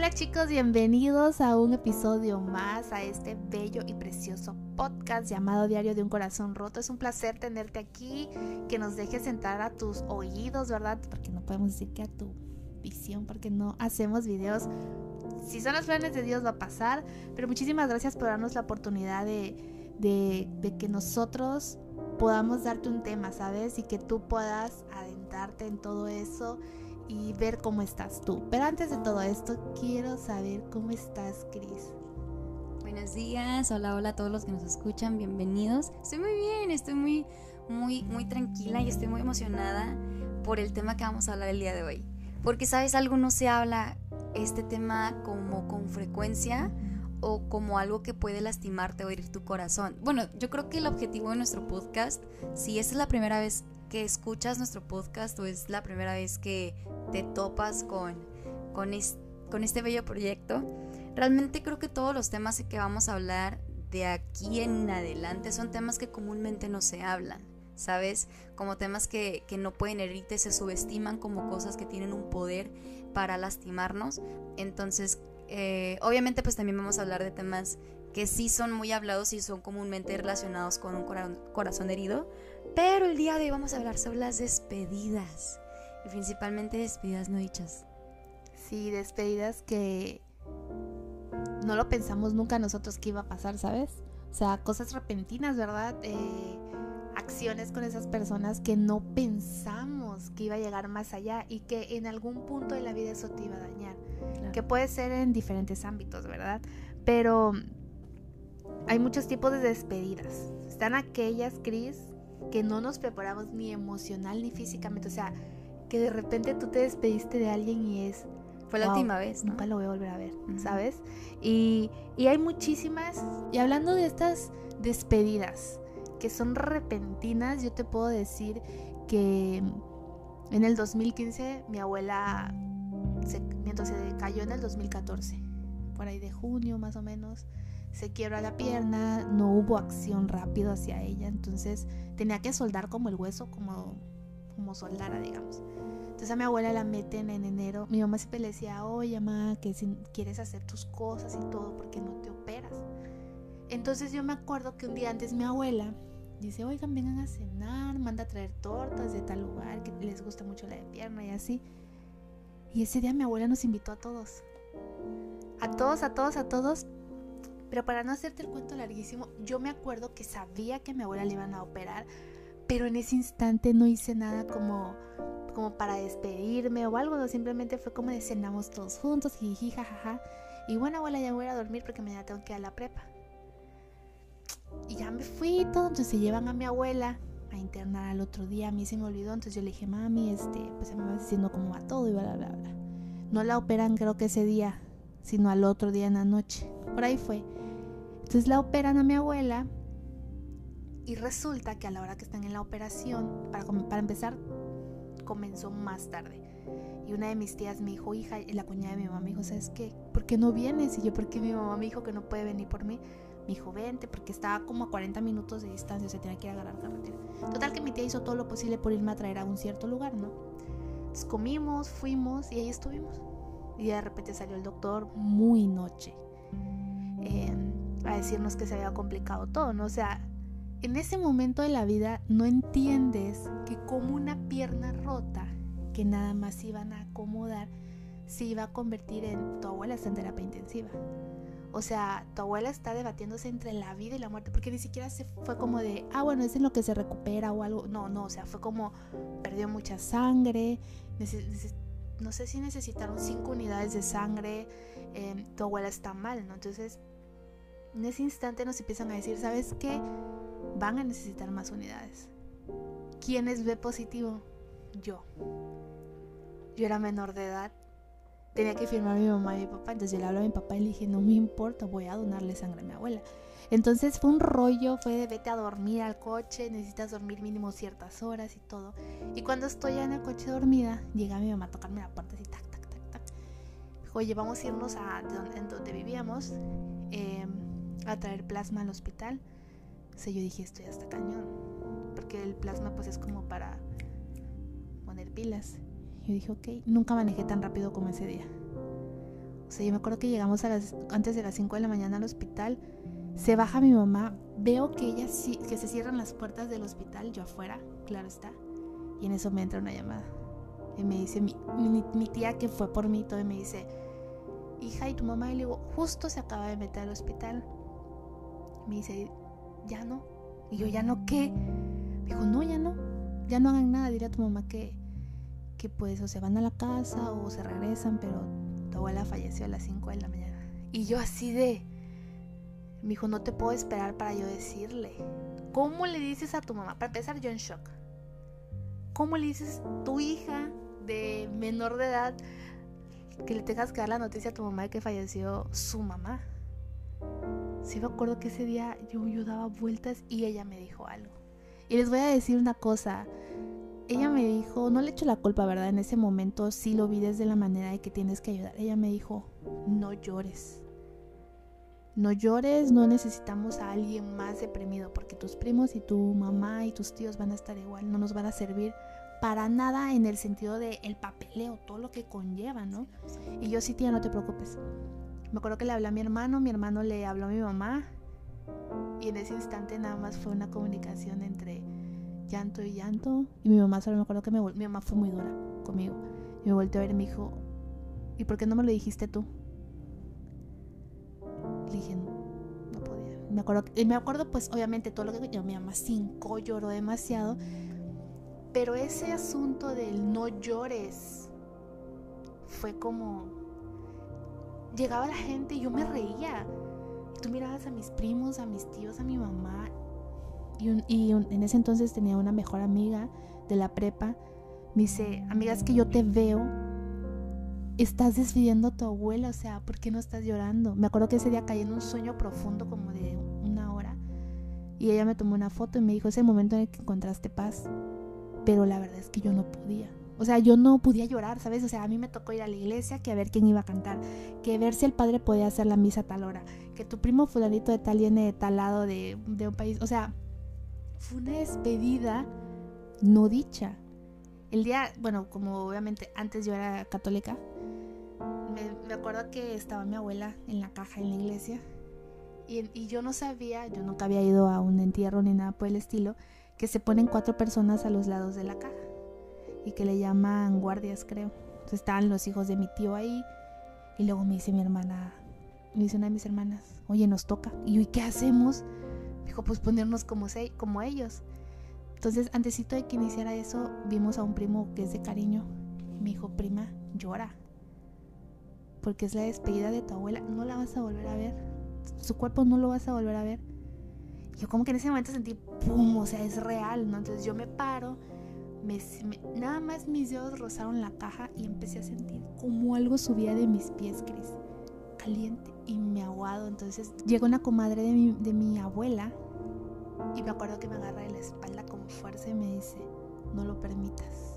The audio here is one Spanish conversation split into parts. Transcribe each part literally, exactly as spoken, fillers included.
Hola chicos, bienvenidos a un episodio más a este bello y precioso podcast llamado Diario de un Corazón Roto. Es un placer tenerte aquí, que nos dejes entrar a tus oídos, ¿verdad? Porque no podemos decir que a tu visión, porque no hacemos videos. Si son los planes de Dios va a pasar, pero muchísimas gracias por darnos la oportunidad de, de, de que nosotros podamos darte un tema, ¿sabes? Y que tú puedas adentrarte en todo eso y ver cómo estás tú. Pero antes de todo esto, quiero saber cómo estás, Cris. Buenos días, hola, hola a todos los que nos escuchan, bienvenidos. Estoy muy bien, estoy muy, muy, muy tranquila y estoy muy emocionada por el tema que vamos a hablar el día de hoy. Porque, ¿sabes algo? No se habla este tema como con frecuencia o como algo que puede lastimarte o herir tu corazón. Bueno, yo creo que el objetivo de nuestro podcast, si esta es la primera vez que escuchas nuestro podcast o es la primera vez que te topas con, con, es, con este bello proyecto, realmente creo que todos los temas que vamos a hablar de aquí en adelante son temas que comúnmente no se hablan, ¿sabes? Como temas que, que no pueden herirte, se subestiman como cosas que tienen un poder para lastimarnos. Entonces, eh, obviamente pues también vamos a hablar de temas que sí son muy hablados y son comúnmente relacionados con un cora- corazón herido. Pero el día de hoy vamos a hablar sobre las despedidas y principalmente despedidas no dichas. Sí, despedidas que no lo pensamos nunca nosotros que iba a pasar, ¿sabes? O sea, cosas repentinas, ¿verdad? Eh, acciones con esas personas que no pensamos que iba a llegar más allá y que en algún punto de la vida eso te iba a dañar. Claro. Que puede ser en diferentes ámbitos, ¿verdad? Pero hay muchos tipos de despedidas. Están aquellas, Cris, que no nos preparamos ni emocional ni físicamente. O sea, que de repente tú te despediste de alguien y es... Fue la wow, última vez, ¿no? Nunca lo voy a volver a ver, uh-huh. ¿sabes? Y, y hay muchísimas... Y hablando de estas despedidas que son repentinas, yo te puedo decir que en el dos mil quince mi abuela, se, mientras se cayó en el dos mil catorce, por ahí de junio más o menos, se quiebra la pierna, no hubo acción rápido hacia ella, entonces tenía que soldar como el hueso, como, como soldara, digamos. Entonces a mi abuela la meten en enero. Mi mamá siempre le decía, oye, mamá, que si quieres hacer tus cosas y todo, ¿por qué no te operas? Entonces yo me acuerdo que un día antes mi abuela dice, oigan, vengan a cenar, manda a traer tortas de tal lugar, que les gusta mucho la de pierna y así. Y ese día mi abuela nos invitó a todos. A todos, a todos, a todos. Pero para no hacerte el cuento larguísimo, yo me acuerdo que sabía que a mi abuela le iban a operar, pero en ese instante no hice nada como, como para despedirme o algo, no, simplemente fue como de cenamos todos juntos, jiji, jajaja. Y bueno, abuela, ya voy a dormir porque mañana tengo que ir a la prepa. Y ya me fui y todo, entonces se llevan a mi abuela a internar al otro día. A mí se me olvidó, entonces yo le dije, mami, este, pues se me va diciendo cómo va todo y bla, bla, bla. No la operan creo que ese día, sino al otro día en la noche. Por ahí fue. Entonces la operan a mi abuela y resulta que a la hora que están en la operación, para, para empezar, comenzó más tarde. Y una de mis tías me dijo, hija, y la cuñada de mi mamá me dijo, ¿sabes qué? ¿Por qué no vienes? Y yo, ¿por qué mi mamá me dijo que no puede venir por mí? Me dijo, vente, porque estaba como a cuarenta minutos de distancia, o sea, tenía que ir a agarrar carretera. Total que mi tía hizo todo lo posible por irme a traer a un cierto lugar, ¿no? Entonces comimos, fuimos y ahí estuvimos. Y de repente salió el doctor muy noche. Eh, a decirnos que se había complicado todo, ¿no? O sea, en ese momento de la vida no entiendes que como una pierna rota que nada más iban a acomodar se iba a convertir en tu abuela está en terapia intensiva. O sea, tu abuela está debatiéndose entre la vida y la muerte, porque ni siquiera se fue como de, ah, bueno, es en lo que se recupera o algo. No, no, o sea, fue como perdió mucha sangre, neces- neces- no sé si necesitaron cinco unidades de sangre, eh, tu abuela está mal, ¿no? Entonces en ese instante nos empiezan a decir, ¿sabes qué? Van a necesitar más unidades. ¿Quién es B positivo? Yo. Yo era menor de edad. Tenía que firmar a mi mamá y mi papá. Entonces yo le hablé a mi papá y le dije, no me importa, voy a donarle sangre a mi abuela. Entonces fue un rollo, fue de vete a dormir al coche, necesitas dormir mínimo ciertas horas y todo. Y cuando estoy ya en el coche dormida, llega mi mamá a tocarme la puerta así, tac, tac, tac, tac. Oye, vamos a irnos a donde, en donde vivíamos. Eh... a traer plasma al hospital. O sea, yo dije, esto ya está cañón, porque el plasma pues es como para poner pilas. Yo dije, ok, nunca manejé tan rápido como ese día. O sea, yo me acuerdo que llegamos a las, antes de las cinco de la mañana al hospital. Se baja mi mamá, veo que ella sí, que se cierran las puertas del hospital, yo afuera, claro está. Y en eso me entra una llamada. Y me dice mi, mi, mi tía que fue por mí y todo, y me dice, hija, ¿y tu mamá? Y le digo, justo se acaba de meter al hospital. Me dice, ya no. Y yo, ¿ya no qué? Me dijo, no, ya no. Ya no hagan nada, dile a tu mamá que, que pues o se van a la casa o se regresan, pero tu abuela falleció a las cinco de la mañana. Y yo así de... Me dijo, no te puedo esperar para yo decirle. ¿Cómo le dices a tu mamá? Para empezar, yo en shock. ¿Cómo le dices a tu hija de menor de edad que le tengas que dar la noticia a tu mamá de que falleció su mamá? Sí me acuerdo que ese día yo, yo daba vueltas y ella me dijo algo. Y les voy a decir una cosa. Ella me dijo, no le echo la culpa, ¿verdad? En ese momento sí lo vi desde la manera de que tienes que ayudar. Ella me dijo, no llores. No llores, no necesitamos a alguien más deprimido, porque tus primos y tu mamá y tus tíos van a estar igual, no nos van a servir para nada en el sentido de el papeleo, todo lo que conlleva, ¿no? Y yo, sí, tía, no te preocupes. Me acuerdo que le hablé a mi hermano, mi hermano le habló a mi mamá, y en ese instante nada más fue una comunicación entre llanto y llanto, y mi mamá solo me acuerdo que me vol- mi mamá fue muy dura conmigo, y me volteó a ver y me dijo, ¿y por qué no me lo dijiste tú? Le dije, no, no podía. Me acuerdo, y me acuerdo pues obviamente todo lo que yo, mi mamá cinco lloró demasiado, pero ese asunto del no llores fue como, llegaba la gente y yo me reía. Y tú mirabas a mis primos, a mis tíos, a mi mamá, y, un, y un, en ese entonces tenía una mejor amiga de la prepa. Me dice, amiga, es que yo te veo, estás despidiendo a tu abuela, o sea, ¿por qué no estás llorando? Me acuerdo que ese día caí en un sueño profundo como de una hora, y ella me tomó una foto y me dijo, es el momento en el que encontraste paz. Pero la verdad es que yo no podía, o sea, yo no podía llorar, ¿sabes? O sea, a mí me tocó ir a la iglesia, que a ver quién iba a cantar, que ver si el padre podía hacer la misa a tal hora, que tu primo fulanito de tal viene de tal lado de, de un país, o sea, fue una despedida no dicha. El día, bueno, como obviamente antes yo era católica, me, me acuerdo que estaba mi abuela en la caja en la iglesia, y, y yo no sabía, yo nunca había ido a un entierro ni nada por el estilo, que se ponen cuatro personas a los lados de la caja y que le llaman guardias, creo. Entonces estaban los hijos de mi tío ahí, y luego me dice mi hermana, me dice una de mis hermanas, oye, nos toca. Y yo, ¿y qué hacemos? Me dijo, pues ponernos como, se, como ellos. Entonces, antesito de que iniciara eso, vimos a un primo que es de cariño. Y me dijo, prima, llora, porque es la despedida de tu abuela, no la vas a volver a ver, su cuerpo no lo vas a volver a ver. Y yo como que en ese momento sentí, pum, o sea, es real, ¿no? Entonces yo me paro, me, me, nada más mis dedos rozaron la caja y empecé a sentir como algo subía de mis pies, Cris, caliente y me aguado. Entonces llega una comadre de mi, de mi abuela, y me acuerdo que me agarra de la espalda con fuerza y me dice, no lo permitas,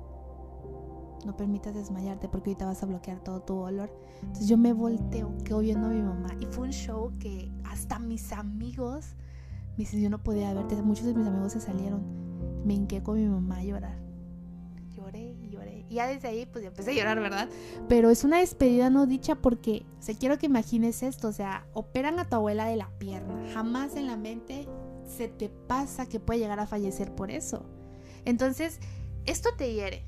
no permitas desmayarte, porque ahorita vas a bloquear todo tu dolor. Entonces yo me volteo, quedo viendo a mi mamá, y fue un show que hasta mis amigos me dicen, yo no podía verte, muchos de mis amigos se salieron. Me hinqué con mi mamá a llorar, lloré y lloré, y ya desde ahí pues ya empecé a llorar, ¿verdad? Pero es una despedida no dicha, porque, o sea, quiero que imagines esto, o sea, operan a tu abuela de la pierna, jamás en la mente se te pasa que puede llegar a fallecer por eso. Entonces, esto te hiere.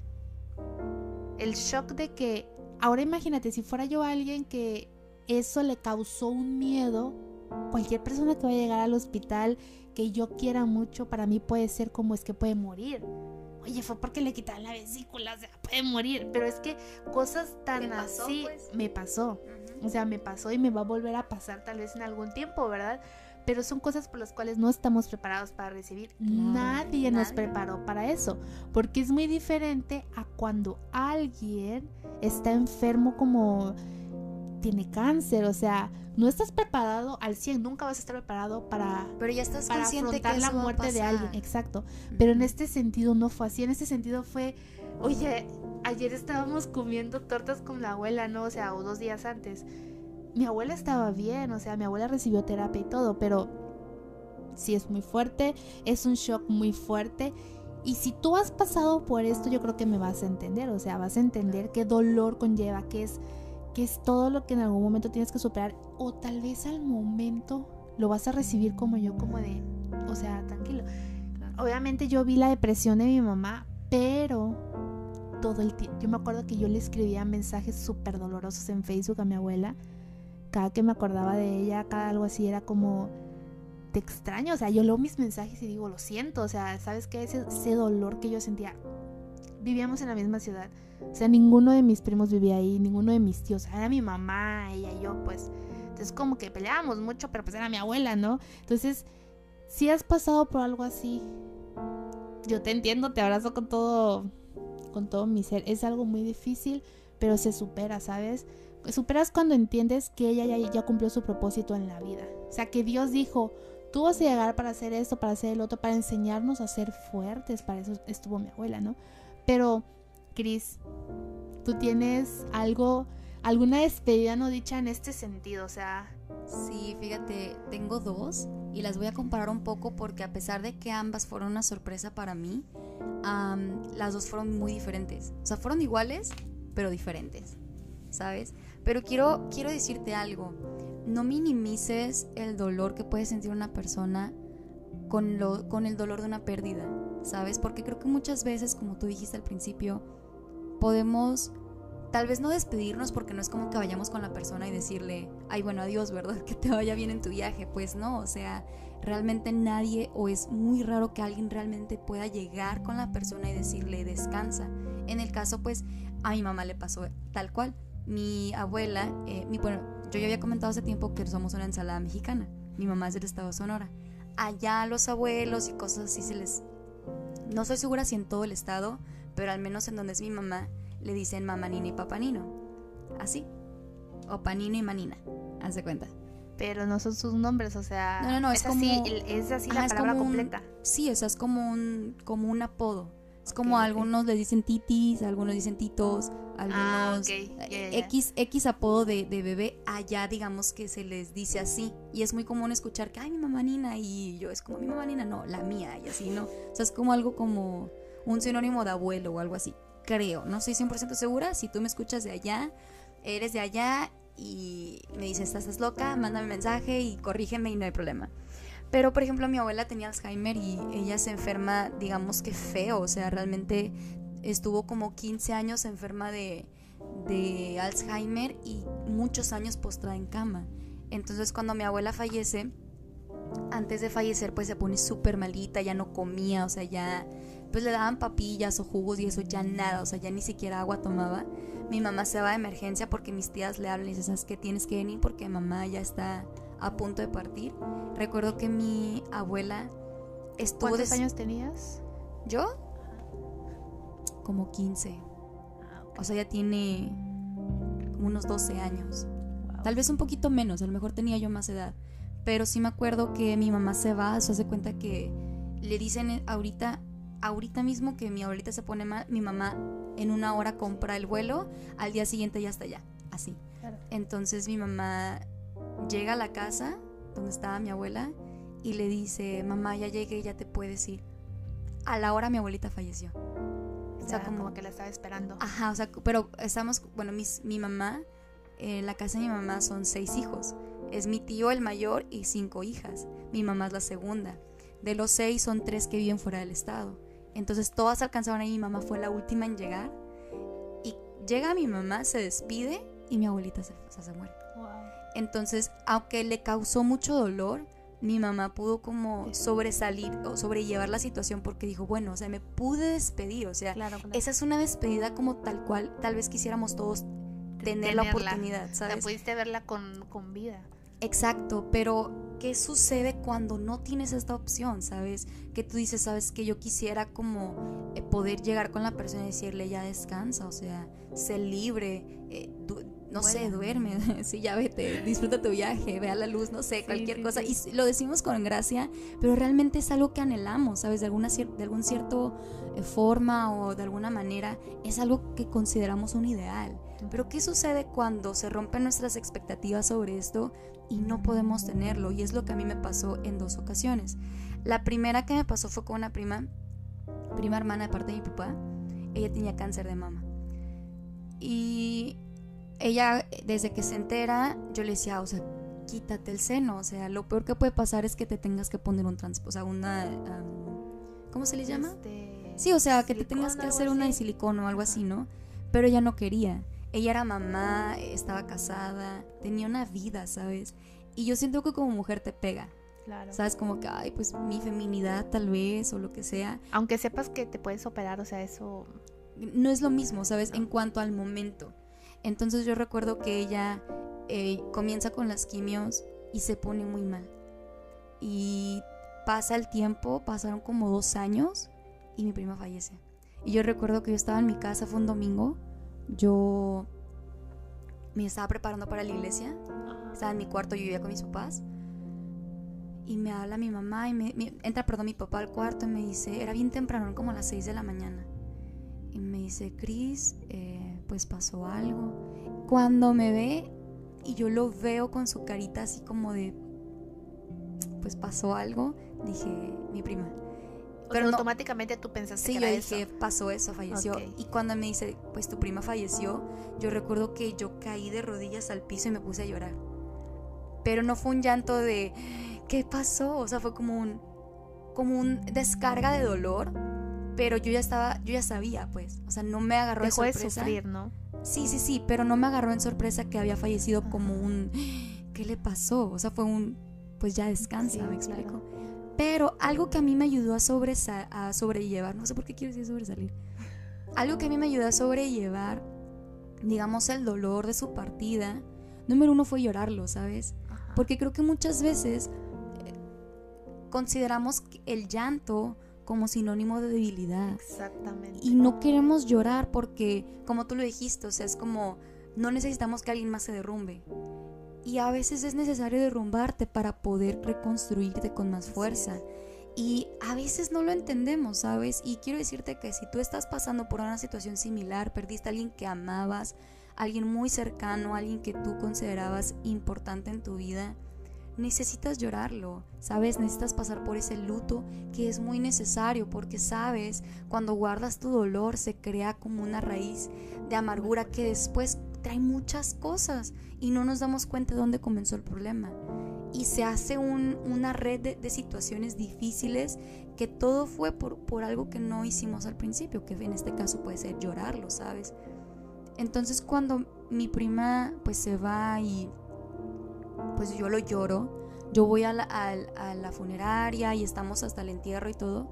El shock de que, ahora imagínate, si fuera yo alguien que eso le causó un miedo, cualquier persona que vaya a llegar al hospital, que yo quiera mucho, para mí puede ser como, es que puede morir. Oye, fue porque le quitaron la vesícula, o sea, puede morir. Pero es que cosas tan pasó, así, pues? me pasó. Uh-huh. O sea, me pasó y me va a volver a pasar tal vez en algún tiempo, ¿verdad? Pero son cosas por las cuales no estamos preparados para recibir. Claro, nadie, nadie nos preparó para eso, porque es muy diferente a cuando alguien está enfermo, como tiene cáncer. O sea, no estás preparado al cien, nunca vas a estar preparado para, pero ya estás para consciente afrontar que la eso muerte va a de pasar. alguien. Exacto. Uh-huh. Pero en este sentido no fue así. En este sentido fue, oye, ayer estábamos comiendo tortas con la abuela, ¿no? O sea, o dos días antes. Mi abuela estaba bien, o sea, mi abuela recibió terapia y todo, pero sí es muy fuerte, es un shock muy fuerte. Y si tú has pasado por esto, yo creo que me vas a entender, o sea, vas a entender qué dolor conlleva, qué es, que es todo lo que en algún momento tienes que superar, o tal vez al momento lo vas a recibir como yo, como de, o sea, tranquilo. Obviamente yo vi la depresión de mi mamá, pero todo el tiempo, yo me acuerdo que yo le escribía mensajes súper dolorosos en Facebook a mi abuela, cada que me acordaba de ella, cada algo así, era como, te extraño, o sea, yo leo mis mensajes y digo, lo siento, o sea, ¿sabes qué? Ese, ese dolor que yo sentía. Vivíamos en la misma ciudad, o sea, ninguno de mis primos vivía ahí, ninguno de mis tíos, era mi mamá, ella y yo, pues, entonces como que peleábamos mucho, pero pues era mi abuela, ¿no? Entonces, si has pasado por algo así, yo te entiendo, te abrazo con todo, con todo mi ser, es algo muy difícil, pero se supera, ¿sabes? Superas cuando entiendes que ella ya, ya cumplió su propósito en la vida, o sea, que Dios dijo, tú vas a llegar para hacer esto, para hacer el otro, para enseñarnos a ser fuertes, para eso estuvo mi abuela, ¿no? Pero, Cris, ¿tú tienes algo, alguna despedida no dicha en este sentido? O sea... Sí, fíjate, tengo dos y las voy a comparar un poco porque a pesar de que ambas fueron una sorpresa para mí, um, las dos fueron muy diferentes. O sea, fueron iguales, pero diferentes, ¿sabes? Pero quiero, quiero decirte algo. No minimices el dolor que puede sentir una persona con, lo, con el dolor de una pérdida, ¿sabes? Porque creo que muchas veces, como tú dijiste al principio, podemos tal vez no despedirnos porque no es como que vayamos con la persona y decirle, ay, bueno, adiós, ¿verdad? Que te vaya bien en tu viaje. Pues no, o sea, realmente nadie, o es muy raro que alguien realmente pueda llegar con la persona y decirle, descansa. En el caso, pues, a mi mamá le pasó tal cual. Mi abuela, eh, mi, bueno, yo ya había comentado hace tiempo que somos una ensalada mexicana. Mi mamá es del estado de Sonora. Allá los abuelos y cosas así se les... No estoy segura si en todo el estado, pero al menos en donde es mi mamá, le dicen mamanina y papanino. Así. O panino y manina. Haz de cuenta. Pero no son sus nombres, o sea... No, no, no, es, es como... Así, es así ajá, la palabra un, completa. Sí, o sea, es como un, como un apodo. Es okay, como okay. Algunos les dicen titis, algunos dicen titos, algunos... Ah, okay. yeah, yeah. X, X apodo de, de bebé, allá digamos que se les dice así. Y es muy común escuchar que, ay, mi mamá Nina, y yo, es como mi mamá Nina, no, la mía, y así, ¿no? O sea, es como algo como un sinónimo de abuelo o algo así. Creo, no estoy cien por ciento segura. Si tú me escuchas de allá, eres de allá y me dices, estás loca, mándame mensaje y corrígeme y no hay problema. Pero, por ejemplo, mi abuela tenía Alzheimer y ella se enferma, digamos que feo, o sea, realmente estuvo como quince años enferma de, de Alzheimer y muchos años postrada en cama. Entonces, cuando mi abuela fallece, antes de fallecer, pues se pone súper malita, ya no comía, o sea, ya... pues le daban papillas o jugos y eso, ya nada, o sea, ya ni siquiera agua tomaba. Mi mamá se va de emergencia porque mis tías le hablan y dicen, ¿sabes qué? Tienes que venir porque mamá ya está a punto de partir. Recuerdo que mi abuela estuvo... ¿Cuántos des... años tenías? ¿Yo? Como quince. Ah, okay. O sea, ya tiene como unos doce años. Wow. Tal vez un poquito menos, a lo mejor tenía yo más edad. Pero sí me acuerdo que mi mamá se va, se hace cuenta que le dicen ahorita... ahorita mismo que mi abuelita se pone mal, mi mamá en una hora compra el vuelo, al día siguiente ya está allá, así. Claro. Entonces mi mamá llega a la casa donde estaba mi abuela y le dice, mamá, ya llegué, ya te puedes ir. A la hora mi abuelita falleció. O sea, como, como que la estaba esperando. Ajá, o sea, pero estamos, bueno, mis, mi mamá, en la casa de mi mamá son seis hijos. Es mi tío el mayor y cinco hijas. Mi mamá es la segunda. De los seis son tres que viven fuera del estado. Entonces todas alcanzaron ahí, mi mamá fue la última en llegar. Y llega mi mamá, se despide y mi abuelita se, se, se muere. Wow. Entonces, aunque le causó mucho dolor, mi mamá pudo como sobresalir o sobrellevar la situación porque dijo, bueno, o sea, me pude despedir. O sea, claro, claro. Esa es una despedida como tal cual, tal vez quisiéramos todos tener Tenerla. la oportunidad, ¿sabes? O sea, pudiste verla con, con vida. Exacto, pero ¿qué sucede cuando no tienes esta opción, sabes? Que tú dices, sabes, que yo quisiera como eh, poder llegar con la persona y decirle, ya descansa, o sea, sé libre, eh, du- no bueno. sé, duerme, sí, ya vete, disfruta tu viaje, ve a la luz, no sé, sí, cualquier sí, cosa. Sí. Y lo decimos con gracia, pero realmente es algo que anhelamos, ¿sabes? De alguna cier- de algún cierto eh, forma o de alguna manera, es algo que consideramos un ideal. Pero ¿qué sucede cuando se rompen nuestras expectativas sobre esto y no podemos tenerlo? Y es lo que a mí me pasó en dos ocasiones. La primera que me pasó fue con una prima, prima hermana de parte de mi papá. Ella tenía cáncer de mama. Y ella, desde que se entera, yo le decía, o sea, quítate el seno, o sea, lo peor que puede pasar es que te tengas que poner un trans, o sea, una, um, ¿cómo se le llama? Este, Sí, o sea, que te tengas que hacer una de así. silicona o algo así, ¿no? Pero ella no quería. Ella era mamá, estaba casada, tenía una vida, ¿sabes? Y yo siento que como mujer te pega. Claro. ¿Sabes? Como que, ay, pues mi feminidad tal vez, o lo que sea. Aunque sepas que te puedes operar, o sea, eso... No es lo mismo, ¿sabes? No. En cuanto al momento. Entonces yo recuerdo que ella eh, comienza con las quimios y se pone muy mal. Y pasa el tiempo, pasaron como dos años y mi prima fallece. Y yo recuerdo que yo estaba en mi casa, fue un domingo, yo me estaba preparando para la iglesia, estaba en mi cuarto, yo vivía con mis papás, y me habla mi mamá, y me, me entra, perdón, mi papá al cuarto y me dice, era bien temprano, como a las seis de la mañana, y me dice, Cris, eh, pues pasó algo. Cuando me ve, y yo lo veo con su carita así como de, pues pasó algo, dije, mi prima. O Pero sea, no, automáticamente tú pensaste sí, que yo era dije, eso. pasó eso, falleció. Okay. Y cuando me dice, pues tu prima falleció, yo recuerdo que yo caí de rodillas al piso y me puse a llorar. Pero no fue un llanto de, ¿qué pasó? O sea, fue como un, como un descarga de dolor, pero yo ya estaba, yo ya sabía, pues. O sea, no me agarró Dejó de de sorpresa. sufrir, ¿no? Sí, sí, sí, pero no me agarró en sorpresa que había fallecido. Ajá. Como un, ¿qué le pasó? O sea, fue un, pues ya descansa, sí, me explico. Claro. Pero algo que a mí me ayudó a, sobresa- a sobrellevar, no sé por qué quiero decir sobresalir, algo que a mí me ayudó a sobrellevar, digamos, el dolor de su partida, número uno fue llorarlo, ¿sabes? Ajá. Porque creo que muchas veces eh, consideramos el llanto como sinónimo de debilidad. Exactamente. Y no queremos llorar porque, como tú lo dijiste, o sea, es como, no necesitamos que alguien más se derrumbe. Y a veces es necesario derrumbarte para poder reconstruirte con más fuerza. Y a veces no lo entendemos, ¿sabes? Y quiero decirte que si tú estás pasando por una situación similar, perdiste a alguien que amabas, alguien muy cercano, alguien que tú considerabas importante en tu vida, necesitas llorarlo, ¿sabes? Necesitas pasar por ese luto que es muy necesario, porque, ¿sabes? Cuando guardas tu dolor se crea como una raíz de amargura que después trae muchas cosas y no nos damos cuenta de dónde comenzó el problema. Y se hace un, una red de, de situaciones difíciles que todo fue por, por algo que no hicimos al principio, que en este caso puede ser llorarlo, ¿sabes? Entonces cuando mi prima pues se va y pues yo lo lloro, yo voy a la, a, a la funeraria y estamos hasta el entierro y todo,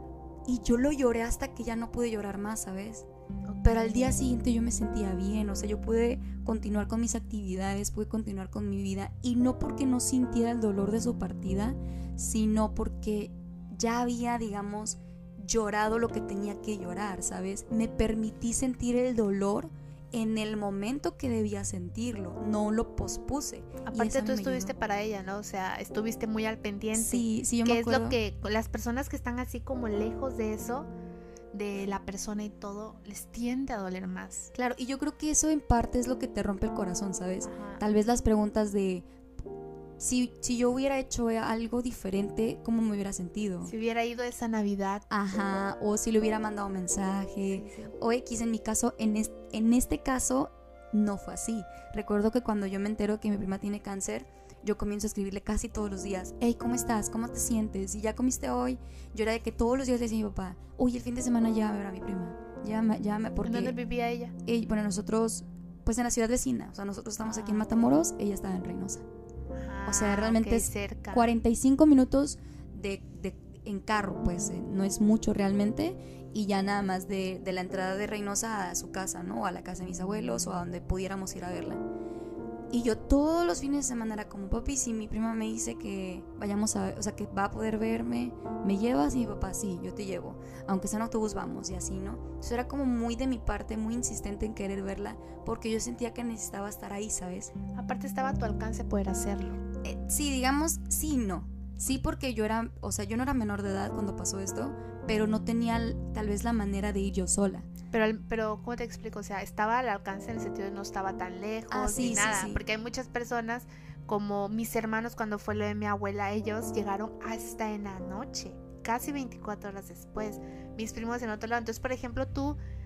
y yo lo lloré hasta que ya no pude llorar más, ¿sabes? Pero al día siguiente yo me sentía bien, o sea, yo pude continuar con mis actividades, pude continuar con mi vida, y no porque no sintiera el dolor de su partida, sino porque ya había, digamos, llorado lo que tenía que llorar, ¿sabes? Me permití sentir el dolor en el momento que debía sentirlo, no lo pospuse. Aparte tú estuviste ayudó. Para ella, ¿no? O sea, estuviste muy al pendiente. Sí, sí, yo me acuerdo. Que es lo que las personas que están así como lejos de eso, de la persona y todo, les tiende a doler más. Claro, y yo creo que eso en parte es lo que te rompe el corazón, ¿sabes? Ajá. Tal vez las preguntas de si, si yo hubiera hecho algo diferente, ¿cómo me hubiera sentido? Si hubiera ido esa Navidad. Ajá, o si le hubiera mandado un mensaje, sí, sí. o X. En mi caso, en, es, en este caso no fue así. Recuerdo que cuando yo me entero que mi prima tiene cáncer, yo comienzo a escribirle casi todos los días. Hey, ¿cómo estás? ¿Cómo te sientes? ¿Y ya comiste hoy? Yo era de que todos los días le decía a mi papá, uy, el fin de semana llévame a ver a mi prima. Llévame, llévame porque... ¿En dónde vivía ella? ella? Bueno, nosotros, pues en la ciudad vecina. O sea, nosotros estamos ah, aquí en Matamoros, ella estaba en Reynosa. Ah, o sea, realmente okay, es cerca. cuarenta y cinco minutos de, de, en carro, pues eh, no es mucho realmente. Y ya nada más de, de la entrada de Reynosa a su casa, ¿no? O a la casa de mis abuelos o a donde pudiéramos ir a verla. Y yo todos los fines de semana era como, papi, si mi prima me dice que vayamos a, o sea, que va a poder verme, ¿me llevas? Y mi papá, sí, yo te llevo, aunque sea en autobús vamos, y así, ¿no? Eso era como muy de mi parte, muy insistente en querer verla, porque yo sentía que necesitaba estar ahí, ¿sabes? Aparte estaba a tu alcance poder hacerlo. Eh, sí, digamos, sí, no. Sí, porque yo era, o sea, yo no era menor de edad cuando pasó esto, pero no tenía tal vez la manera de ir yo sola. Pero, pero ¿cómo te explico? O sea, estaba al alcance en el sentido de no estaba tan lejos ah, sí, ni nada. Sí, sí. Porque hay muchas personas, como mis hermanos cuando fue lo de mi abuela, ellos llegaron hasta en la noche, casi veinticuatro horas después. Mis primos en otro lado. Entonces, por ejemplo, tú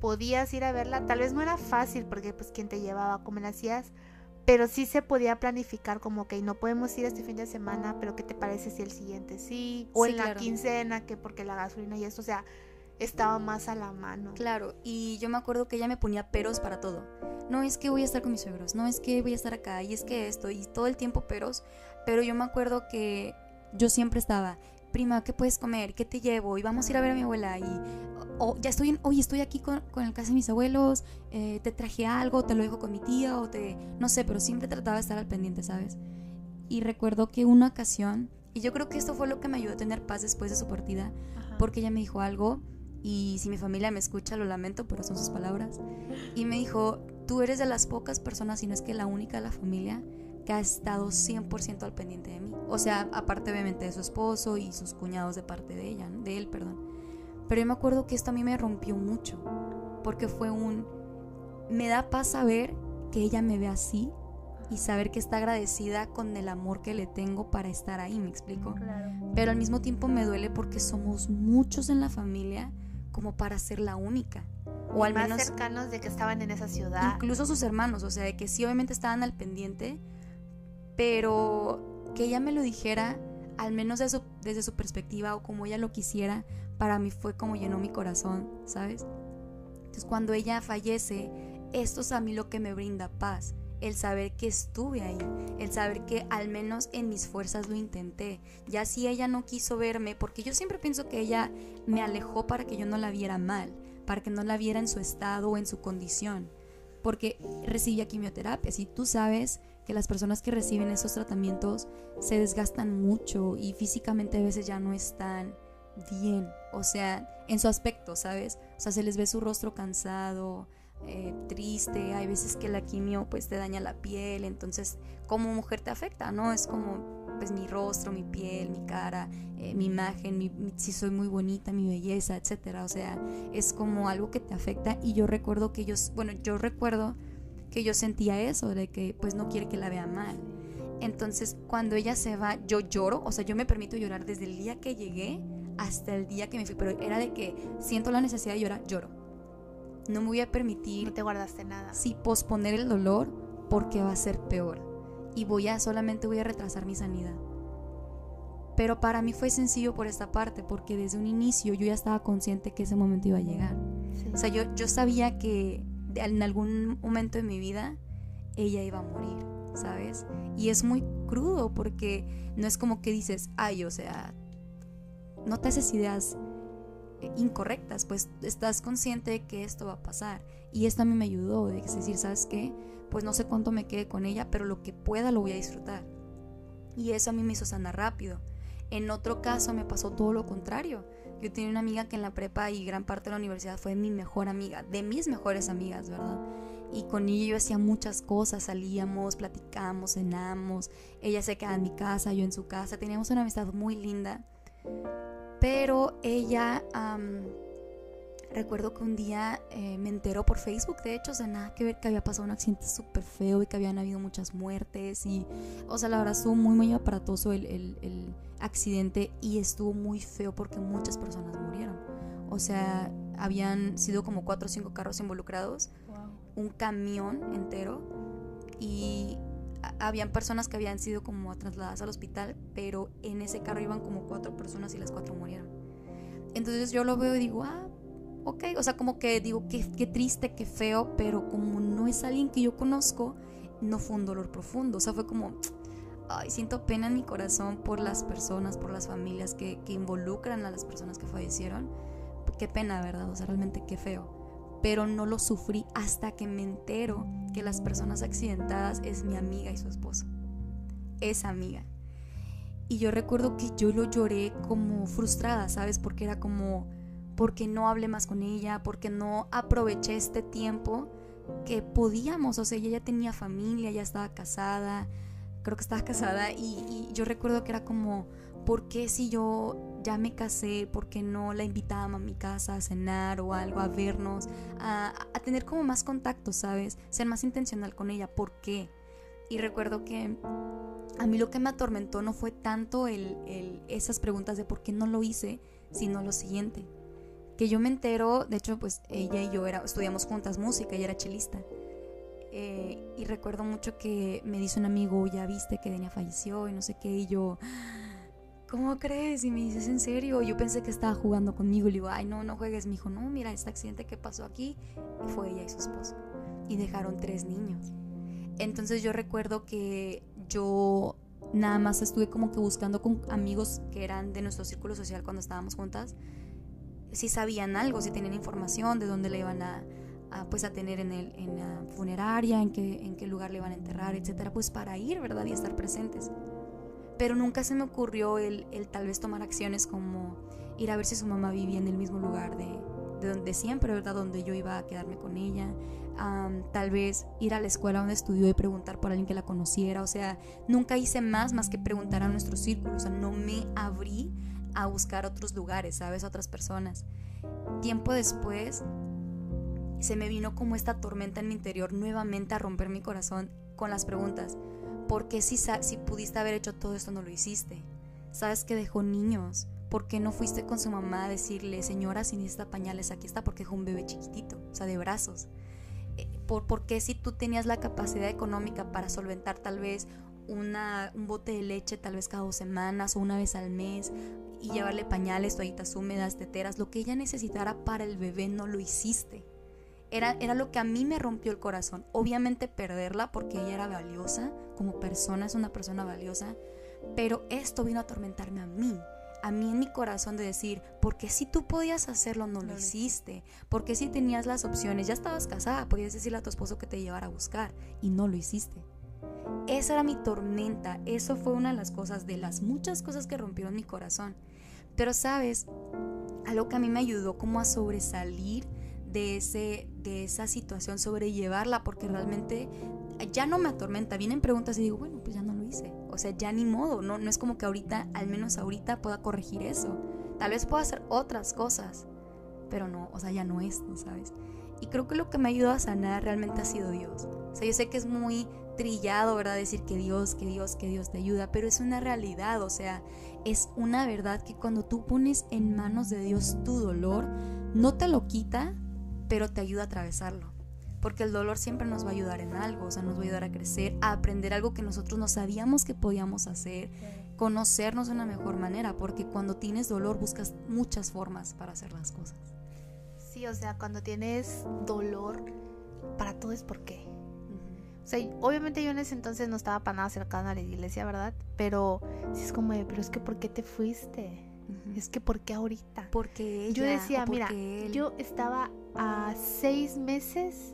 podías ir a verla. Tal vez no era fácil porque pues quién te llevaba, cómo la hacías, pero sí se podía planificar como que no podemos ir este fin de semana, pero ¿qué te parece si el siguiente sí? O Sí, en claro. la quincena, que porque la gasolina y esto, o sea, estaba más a la mano. Claro, y yo me acuerdo que ella me ponía peros para todo. No es que voy a estar con mis suegros, no es que voy a estar acá, y es que esto, y todo el tiempo peros. Pero yo me acuerdo que yo siempre estaba, prima, ¿qué puedes comer? ¿Qué te llevo? Y vamos a ir a ver a mi abuela. Y o ya estoy, en, oye, estoy aquí con, con el casa de mis abuelos, eh, te traje algo, te lo dejo con mi tía, o te, no sé, pero siempre trataba de estar al pendiente, ¿sabes? Y recuerdo que una ocasión, y yo creo que esto fue lo que me ayudó a tener paz después de su partida, Ajá. porque ella me dijo algo, y si mi familia me escucha, lo lamento, pero son sus palabras, y me dijo, tú eres de las pocas personas, si no es que la única de la familia, que ha estado cien por ciento al pendiente de mí. O sea, aparte obviamente de su esposo y sus cuñados de parte de ella, de él, perdón. Pero yo me acuerdo que esto a mí me rompió mucho, porque fue un... Me da paz saber que ella me ve así y saber que está agradecida con el amor que le tengo para estar ahí, ¿me explico? Claro. Pero al mismo tiempo me duele porque somos muchos en la familia como para ser la única. O y al más menos cercanos de que estaban en esa ciudad. Incluso sus hermanos, o sea, de que sí obviamente estaban al pendiente, pero que ella me lo dijera, al menos de su, desde su perspectiva o como ella lo quisiera, para mí fue como llenó mi corazón, ¿sabes? Entonces cuando ella fallece, esto es a mí lo que me brinda paz, el saber que estuve ahí, el saber que al menos en mis fuerzas lo intenté. Ya si ella no quiso verme, porque yo siempre pienso que ella me alejó para que yo no la viera mal, para que no la viera en su estado o en su condición, porque recibía quimioterapia. Si tú sabes que las personas que reciben esos tratamientos se desgastan mucho y físicamente a veces ya no están bien, o sea, en su aspecto, ¿sabes? O sea, se les ve su rostro cansado, eh, triste, hay veces que la quimio pues te daña la piel, entonces como mujer te afecta, ¿no? Es como pues mi rostro, mi piel, mi cara, eh, mi imagen, mi, mi, si soy muy bonita, mi belleza, etcétera. O sea, es como algo que te afecta. Y yo recuerdo que yo, bueno, yo recuerdo que yo sentía eso, de que pues no quiere que la vea mal. Entonces cuando ella se va, yo lloro, o sea, yo me permito llorar desde el día que llegué hasta el día que me fui, pero era de que siento la necesidad de llorar, lloro. No me voy a permitir, no te guardaste nada. Sí, posponer el dolor porque va a ser peor. Y voy a, solamente voy a retrasar mi sanidad. Pero para mí fue sencillo por esta parte, porque desde un inicio yo ya estaba consciente que ese momento iba a llegar. Sí. O sea, yo, yo sabía que en algún momento de mi vida ella iba a morir, ¿sabes? Y es muy crudo porque no es como que dices, ay, o sea, no te haces ideas incorrectas, pues estás consciente de que esto va a pasar. Y esto a mí me ayudó, de decir, ¿sabes qué? Pues no sé cuánto me quede con ella, pero lo que pueda lo voy a disfrutar. Y eso a mí me hizo sanar rápido. En otro caso me pasó todo lo contrario. Yo tenía una amiga que en la prepa y gran parte de la universidad fue mi mejor amiga, de mis mejores amigas, ¿verdad? Y con ella yo hacía muchas cosas, salíamos, platicábamos, cenamos, ella se quedaba en mi casa, yo en su casa, teníamos una amistad muy linda. Pero ella... Um, Recuerdo que un día eh, me enteró por Facebook, de hecho, o sea, nada que ver, que había pasado un accidente súper feo y que habían habido muchas muertes y, o sea, la verdad estuvo muy, muy aparatoso el, el, el accidente y estuvo muy feo porque muchas personas murieron. O sea, habían sido como cuatro o cinco carros involucrados, wow. Un camión entero y a, habían personas que habían sido como trasladadas al hospital, pero en ese carro iban como cuatro personas y las cuatro murieron. Entonces yo lo veo y digo, ah, ok, o sea, como que digo, qué, qué triste, qué feo, pero como no es alguien que yo conozco, no fue un dolor profundo, o sea, fue como, ay, siento pena en mi corazón por las personas, por las familias que, que involucran a las personas que fallecieron, qué pena, ¿verdad? O sea, realmente qué feo, pero no lo sufrí hasta que me entero que las personas accidentadas es mi amiga y su esposo, esa amiga. Y yo recuerdo que yo lo lloré como frustrada, ¿sabes? Porque era como... porque no hablé más con ella, porque no aproveché este tiempo que podíamos, o sea, ella ya tenía familia, ya estaba casada, creo que estaba casada, y, y yo recuerdo que era como, ¿por qué si yo ya me casé, por qué no la invitaba a mi casa a cenar o algo, a vernos, a, a tener como más contacto, ¿sabes? Ser más intencional con ella, ¿por qué? Y recuerdo que a mí lo que me atormentó no fue tanto el, el, esas preguntas de por qué no lo hice, sino lo siguiente, que yo me entero, de hecho pues ella y yo era, estudiamos juntas música, ella era chelista. Eh, y recuerdo mucho que me dice un amigo, ya viste que Denia falleció y no sé qué, y yo, ¿cómo crees? Y me dices, ¿en serio? Yo pensé que estaba jugando conmigo y le digo, ay, no, no juegues. Me dijo, no, mira, este accidente que pasó aquí, y fue ella y su esposo, y dejaron tres niños. Entonces yo recuerdo que yo nada más estuve como que buscando con amigos que eran de nuestro círculo social cuando estábamos juntas, si sabían algo, si tenían información de dónde le iban a, a, pues a tener en, el, en la funeraria, en qué, en qué lugar le iban a enterrar, etcétera, pues para ir, ¿verdad? Y estar presentes. Pero nunca se me ocurrió el, el tal vez tomar acciones como ir a ver si su mamá vivía en el mismo lugar de, de donde siempre, ¿verdad? Donde yo iba a quedarme con ella. Um, tal vez ir a la escuela donde estudió y preguntar por alguien que la conociera. O sea, nunca hice más más que preguntar a nuestro círculo. O sea, no me abrí a buscar otros lugares, ¿sabes? Otras personas. Tiempo después se me vino como esta tormenta en mi interior nuevamente a romper mi corazón con las preguntas. ¿Por qué si, si pudiste haber hecho todo esto no lo hiciste? ¿Sabes que dejó niños? ¿Por qué no fuiste con su mamá a decirle, señora, si necesita pañales, aquí está? Porque dejó un bebé chiquitito, o sea, de brazos. ¿Por, por qué si tú tenías la capacidad económica para solventar tal vez una, un bote de leche tal vez cada dos semanas o una vez al mes y llevarle pañales, toallitas húmedas, teteras, lo que ella necesitara para el bebé, no lo hiciste? Era, era lo que a mí me rompió el corazón. Obviamente perderla porque ella era valiosa, como persona es una persona valiosa, pero esto vino a atormentarme a mí, a mí en mi corazón, de decir, ¿por qué si tú podías hacerlo no lo hiciste? ¿Por qué si tenías las opciones? Ya estabas casada, podías decirle a tu esposo que te llevara a buscar y no lo hiciste. Esa era mi tormenta, eso fue una de las cosas, de las muchas cosas que rompieron mi corazón. Pero sabes, algo que a mí me ayudó como a sobresalir de, ese, de esa situación, sobrellevarla, porque realmente ya no me atormenta. Vienen preguntas y digo, bueno, pues ya no lo hice. O sea, ya ni modo, no, no es como que ahorita, al menos ahorita, pueda corregir eso. Tal vez pueda hacer otras cosas, pero no, o sea, ya no es, ¿no sabes? Y creo que lo que me ayudó a sanar realmente ha sido Dios. O sea, yo sé que es muy trillado, ¿verdad? Decir que Dios, que Dios, que Dios te ayuda, pero es una realidad, o sea, es una verdad que cuando tú pones en manos de Dios tu dolor, no te lo quita, pero te ayuda a atravesarlo. Porque el dolor siempre nos va a ayudar en algo, o sea, nos va a ayudar a crecer, a aprender algo que nosotros no sabíamos que podíamos hacer, conocernos de una mejor manera, porque cuando tienes dolor buscas muchas formas para hacer las cosas. Sí, o sea, cuando tienes dolor, para todo es por qué. Uh-huh. O sea, obviamente yo en ese entonces no estaba para nada cercana a la iglesia, ¿verdad? Pero sí es como de, pero es que ¿por qué te fuiste? Uh-huh. Es que ¿por qué ahorita? Porque ella, yo decía, mira, él... yo estaba a seis meses...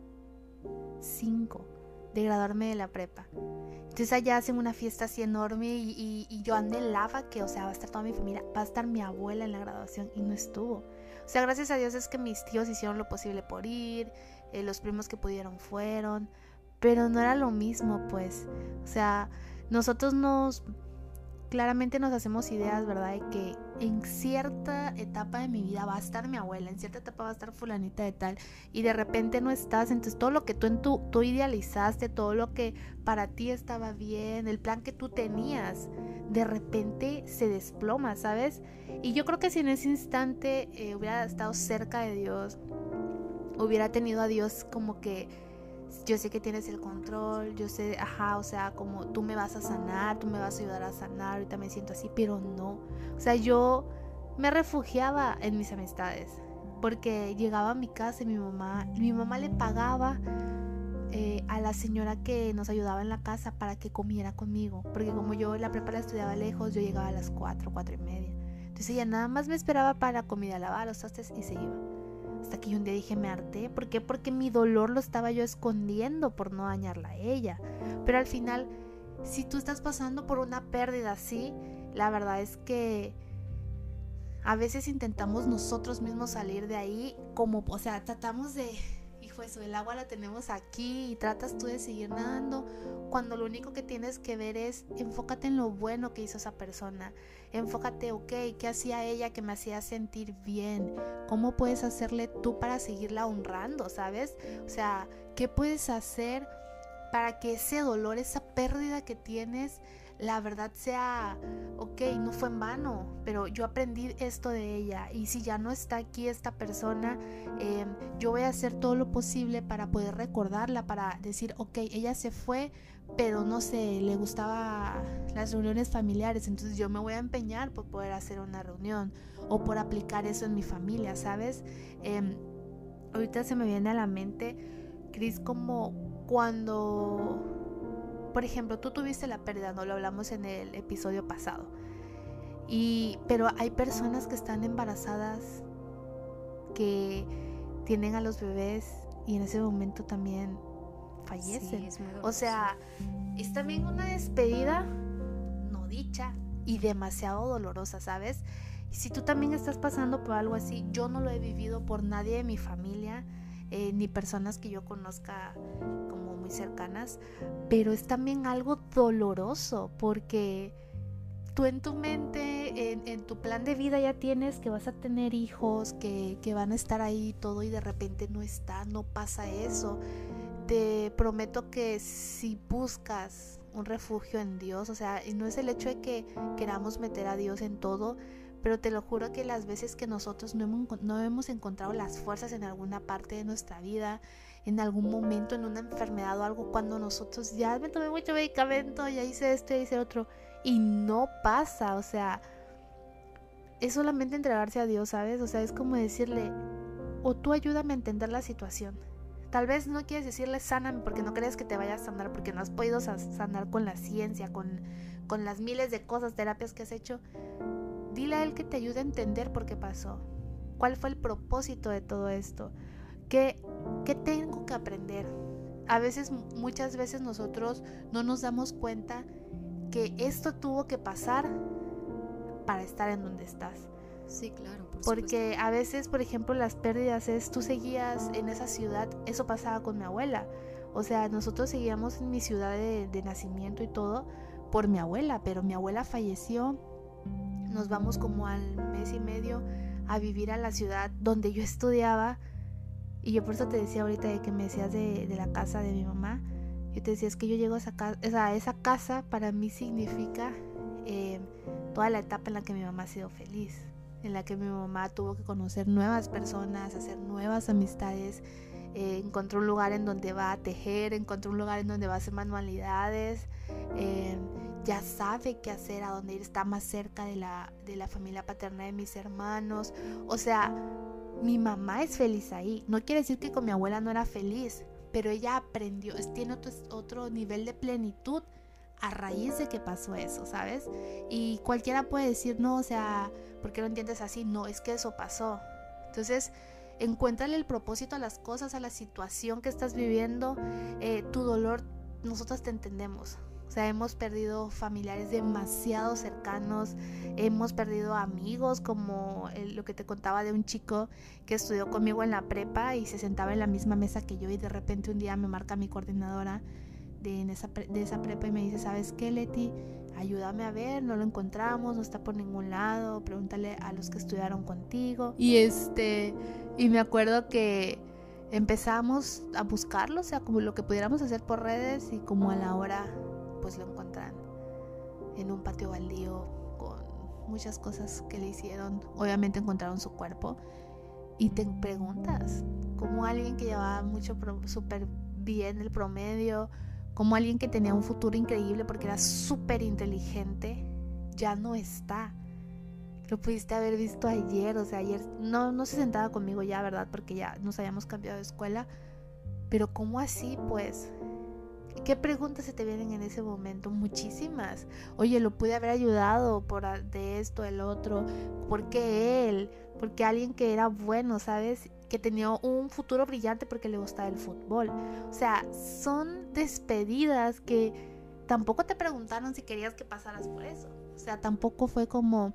cinco de graduarme de la prepa. Entonces allá hacen una fiesta así enorme y, y, y yo anhelaba que, o sea, va a estar toda mi familia, va a estar mi abuela en la graduación y no estuvo. O sea, gracias a Dios es que mis tíos hicieron lo posible por ir, eh, los primos que pudieron fueron, pero no era lo mismo, pues. O sea, nosotros nos... claramente nos hacemos ideas, ¿verdad? De que en cierta etapa de mi vida va a estar mi abuela, en cierta etapa va a estar fulanita de tal, y de repente no estás. Entonces todo lo que tú, en tu, tú idealizaste, todo lo que para ti estaba bien, el plan que tú tenías, de repente se desploma, ¿sabes? Y yo creo que si en ese instante eh, hubiera estado cerca de Dios, hubiera tenido a Dios como que, yo sé que tienes el control, yo sé, ajá, o sea, como tú me vas a sanar, tú me vas a ayudar a sanar, ahorita me siento así, pero no. O sea, yo me refugiaba en mis amistades, porque llegaba a mi casa y mi mamá, mi mamá le pagaba eh, a la señora que nos ayudaba en la casa para que comiera conmigo, porque como yo la prepa la estudiaba lejos, yo llegaba a las cuatro, cuatro y media. Entonces ella nada más me esperaba para la comida, lavar los trastes y se iba. Hasta que yo un día dije, me harté. ¿Por qué? Porque mi dolor lo estaba yo escondiendo por no dañarla a ella. Pero al final, si tú estás pasando por una pérdida así, la verdad es que a veces intentamos nosotros mismos salir de ahí, como, o sea, tratamos de, hijo, eso, el agua la tenemos aquí y tratas tú de seguir nadando, cuando lo único que tienes que ver es, enfócate en lo bueno que hizo esa persona. Enfócate, ok, ¿qué hacía ella que me hacía sentir bien? ¿Cómo puedes hacerle tú para seguirla honrando, sabes? O sea, ¿qué puedes hacer para que ese dolor, esa pérdida que tienes, la verdad sea, ok, no fue en vano, pero yo aprendí esto de ella, y si ya no está aquí esta persona, eh, yo voy a hacer todo lo posible para poder recordarla, para decir, ok, ella se fue, pero no sé, le gustaba las reuniones familiares, entonces yo me voy a empeñar por poder hacer una reunión, o por aplicar eso en mi familia, ¿sabes? Eh, ahorita se me viene a la mente, Cris, como cuando... Por ejemplo, tú tuviste la pérdida, no lo hablamos en el episodio pasado. Y, pero hay personas que están embarazadas, que tienen a los bebés y en ese momento también fallecen. Sí, es muy o sea, es también una despedida no dicha y demasiado dolorosa, ¿sabes? Y si tú también estás pasando por algo así, yo no lo he vivido por nadie de mi familia, eh, ni personas que yo conozca como muy cercanas, pero es también algo doloroso, porque tú en tu mente, en, en tu plan de vida ya tienes que vas a tener hijos, que, que van a estar ahí y todo, y de repente no está, no pasa eso. Te prometo que si buscas un refugio en Dios, o sea, y no es el hecho de que queramos meter a Dios en todo, pero te lo juro que las veces que nosotros no hemos, no hemos encontrado las fuerzas en alguna parte de nuestra vida, en algún momento, en una enfermedad o algo, cuando nosotros ya me tomé mucho medicamento, ya hice esto, ya hice otro, y no pasa, o sea, es solamente entregarse a Dios, ¿sabes? O sea, es como decirle, o tú ayúdame a entender la situación. Tal vez no quieres decirle sáname porque no crees que te vayas a sanar, porque no has podido sanar con la ciencia, con, con las miles de cosas, terapias que has hecho. Dile a él que te ayude a entender por qué pasó, cuál fue el propósito de todo esto, qué, qué tengo que aprender. A veces, muchas veces nosotros no nos damos cuenta que esto tuvo que pasar para estar en donde estás. Sí, claro, por Porque supuesto. a veces, por ejemplo, las pérdidas es, tú seguías en esa ciudad, eso pasaba con mi abuela. O sea, nosotros seguíamos en mi ciudad de, de nacimiento y todo por mi abuela, pero mi abuela falleció. Nos vamos como al mes y medio a vivir a la ciudad donde yo estudiaba. Y yo por eso te decía ahorita de que me decías de, de la casa de mi mamá. Yo te decía, es que yo llego a esa casa, o sea, esa casa para mí significa eh, toda la etapa en la que mi mamá ha sido feliz, en la que mi mamá tuvo que conocer nuevas personas, hacer nuevas amistades, eh, encontró un lugar en donde va a tejer, encontró un lugar en donde va a hacer manualidades, eh, ya sabe qué hacer, a dónde ir, está más cerca de la, de la familia paterna de mis hermanos. O sea, mi mamá es feliz ahí. No quiere decir que con mi abuela no era feliz, pero ella aprendió, tiene otro, otro nivel de plenitud a raíz de que pasó eso, ¿sabes? Y cualquiera puede decir, no, o sea, ¿por qué lo entiendes así? No, es que eso pasó. Entonces, encuéntrale el propósito a las cosas, a la situación que estás viviendo. Eh, tu dolor, nosotras te entendemos. O sea, hemos perdido familiares demasiado cercanos, hemos perdido amigos, como el, lo que te contaba de un chico que estudió conmigo en la prepa y se sentaba en la misma mesa que yo, y de repente un día me marca mi coordinadora de, en esa, de esa prepa y me dice, ¿sabes qué, Leti? Ayúdame a ver, no lo encontramos, no está por ningún lado, pregúntale a los que estudiaron contigo. Y este, y me acuerdo que empezamos a buscarlo, o sea, como lo que pudiéramos hacer por redes, y como a la hora pues lo encuentran en un patio baldío con muchas cosas que le hicieron. Obviamente encontraron su cuerpo y te preguntas, como alguien que llevaba mucho súper bien el promedio, como alguien que tenía un futuro increíble porque era súper inteligente, ya no está. Lo pudiste haber visto ayer, o sea, ayer no, no se sentaba conmigo ya, ¿verdad? Porque ya nos habíamos cambiado de escuela. Pero ¿cómo así, pues? ¿Qué preguntas se te vienen en ese momento? Muchísimas. Oye, lo pude haber ayudado por de esto, el otro. ¿Por qué él? Porque alguien que era bueno, ¿sabes? Que tenía un futuro brillante porque le gustaba el fútbol. O sea, son despedidas que tampoco te preguntaron si querías que pasaras por eso. O sea, tampoco fue como,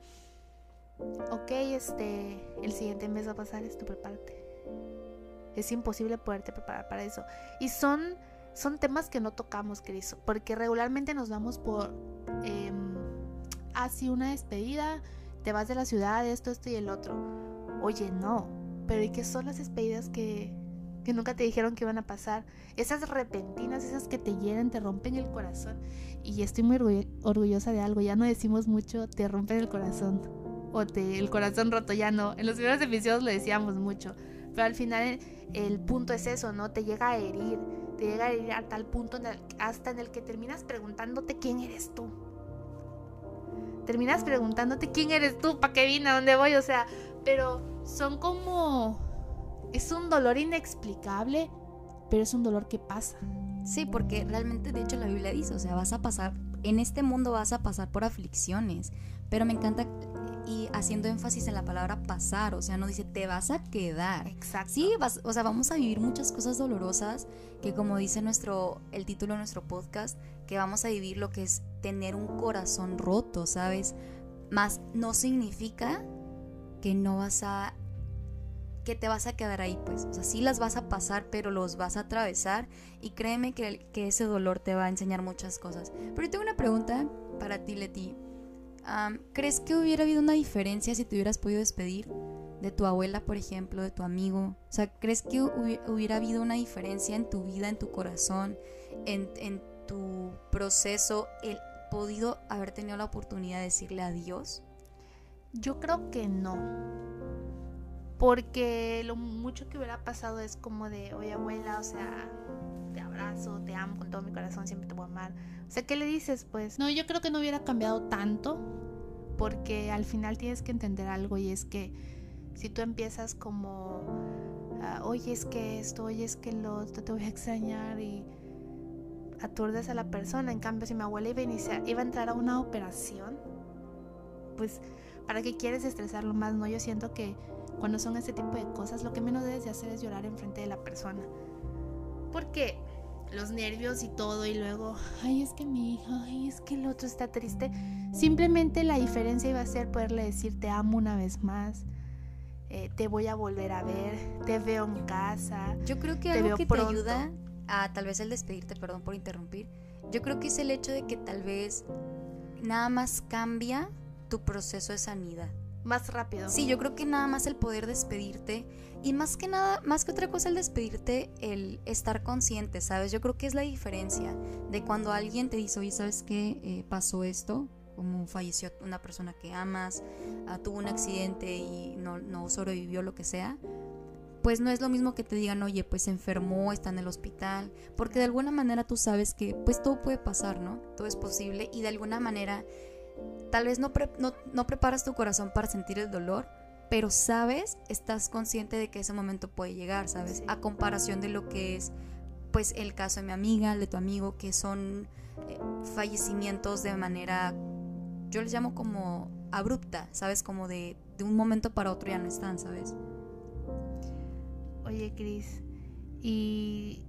ok, este, el siguiente mes va a pasar esto, prepárate. Es imposible poderte preparar para eso. Y son... Son temas que no tocamos, Cris, porque regularmente nos vamos por eh, así una despedida, te vas de la ciudad, esto, esto y el otro. Oye, no, pero ¿y qué son las despedidas que que nunca te dijeron que iban a pasar, esas repentinas, esas que te hieren, te rompen el corazón. Y estoy muy orgull- orgullosa de algo, ya no decimos mucho te rompen el corazón o te el corazón roto, ya no. En los primeros episodios lo decíamos mucho, pero al final el, el punto es eso, ¿no? Te llega a herir, te llega a herir a tal punto en el, hasta en el que terminas preguntándote quién eres tú. Terminas preguntándote quién eres tú, para qué vine, a dónde voy, o sea, pero son como... Es un dolor inexplicable, pero es un dolor que pasa. Sí, porque realmente, de hecho, la Biblia dice, o sea, vas a pasar, en este mundo vas a pasar por aflicciones, pero me encanta, y haciendo énfasis en la palabra pasar, o sea, no dice te vas a quedar. Exacto. Sí, vas, o sea, vamos a vivir muchas cosas dolorosas, que como dice nuestro, el título de nuestro podcast, que vamos a vivir lo que es tener un corazón roto, ¿sabes? Más no significa que no vas a que te vas a quedar ahí, pues, o sea, sí las vas a pasar, pero los vas a atravesar, y créeme que, que ese dolor te va a enseñar muchas cosas. Pero yo tengo una pregunta para ti, Leti. Um, ¿crees que hubiera habido una diferencia si te hubieras podido despedir de tu abuela, por ejemplo, de tu amigo? O sea, ¿crees que hubi- hubiera habido una diferencia en tu vida, en tu corazón, en, en tu proceso, el podido haber tenido la oportunidad de decirle adiós? Yo creo que no. Porque lo mucho que hubiera pasado es como de, oye abuela, o sea, te abrazo, te amo con todo mi corazón, siempre te voy a amar. O sea, ¿qué le dices pues? No, yo creo que no hubiera cambiado tanto, porque al final tienes que entender algo, y es que si tú empiezas como, uh, oye es que esto, oye es que lo otro, te voy a extrañar, y aturdes a la persona. En cambio, si mi abuela iba a, iniciar, iba a entrar a una operación, pues ¿para qué quieres estresarlo más? No, yo siento que cuando son este tipo de cosas, lo que menos debes de hacer es llorar enfrente de la persona, porque los nervios y todo, y luego, ay, es que mi hija, ay, es que el otro está triste. Simplemente la diferencia iba a ser poderle decir te amo una vez más, eh, te voy a volver a ver, te veo en casa. Yo creo que algo que te ayuda a tal vez el despedirte, perdón por interrumpir, yo creo que es el hecho de que tal vez nada más cambia tu proceso de sanidad. Más rápido. Sí, yo creo que nada más el poder despedirte, y más que nada, más que otra cosa el despedirte, el estar consciente, ¿sabes? Yo creo que es la diferencia de cuando alguien te dice, oye, ¿sabes qué? Eh, pasó esto, como falleció una persona que amas, uh, tuvo un accidente y no, no sobrevivió, lo que sea. Pues no es lo mismo que te digan, oye, pues se enfermó, está en el hospital, porque de alguna manera tú sabes que pues todo puede pasar, ¿no? Todo es posible, y de alguna manera tal vez no, pre- no, no preparas tu corazón para sentir el dolor, pero sabes, estás consciente de que ese momento puede llegar, ¿sabes? Sí. A comparación de lo que es, pues, el caso de mi amiga, el de tu amigo, que son eh, fallecimientos de manera, yo les llamo como abrupta, ¿sabes? Como de, de un momento para otro ya no están, ¿sabes? Oye, Cris, y...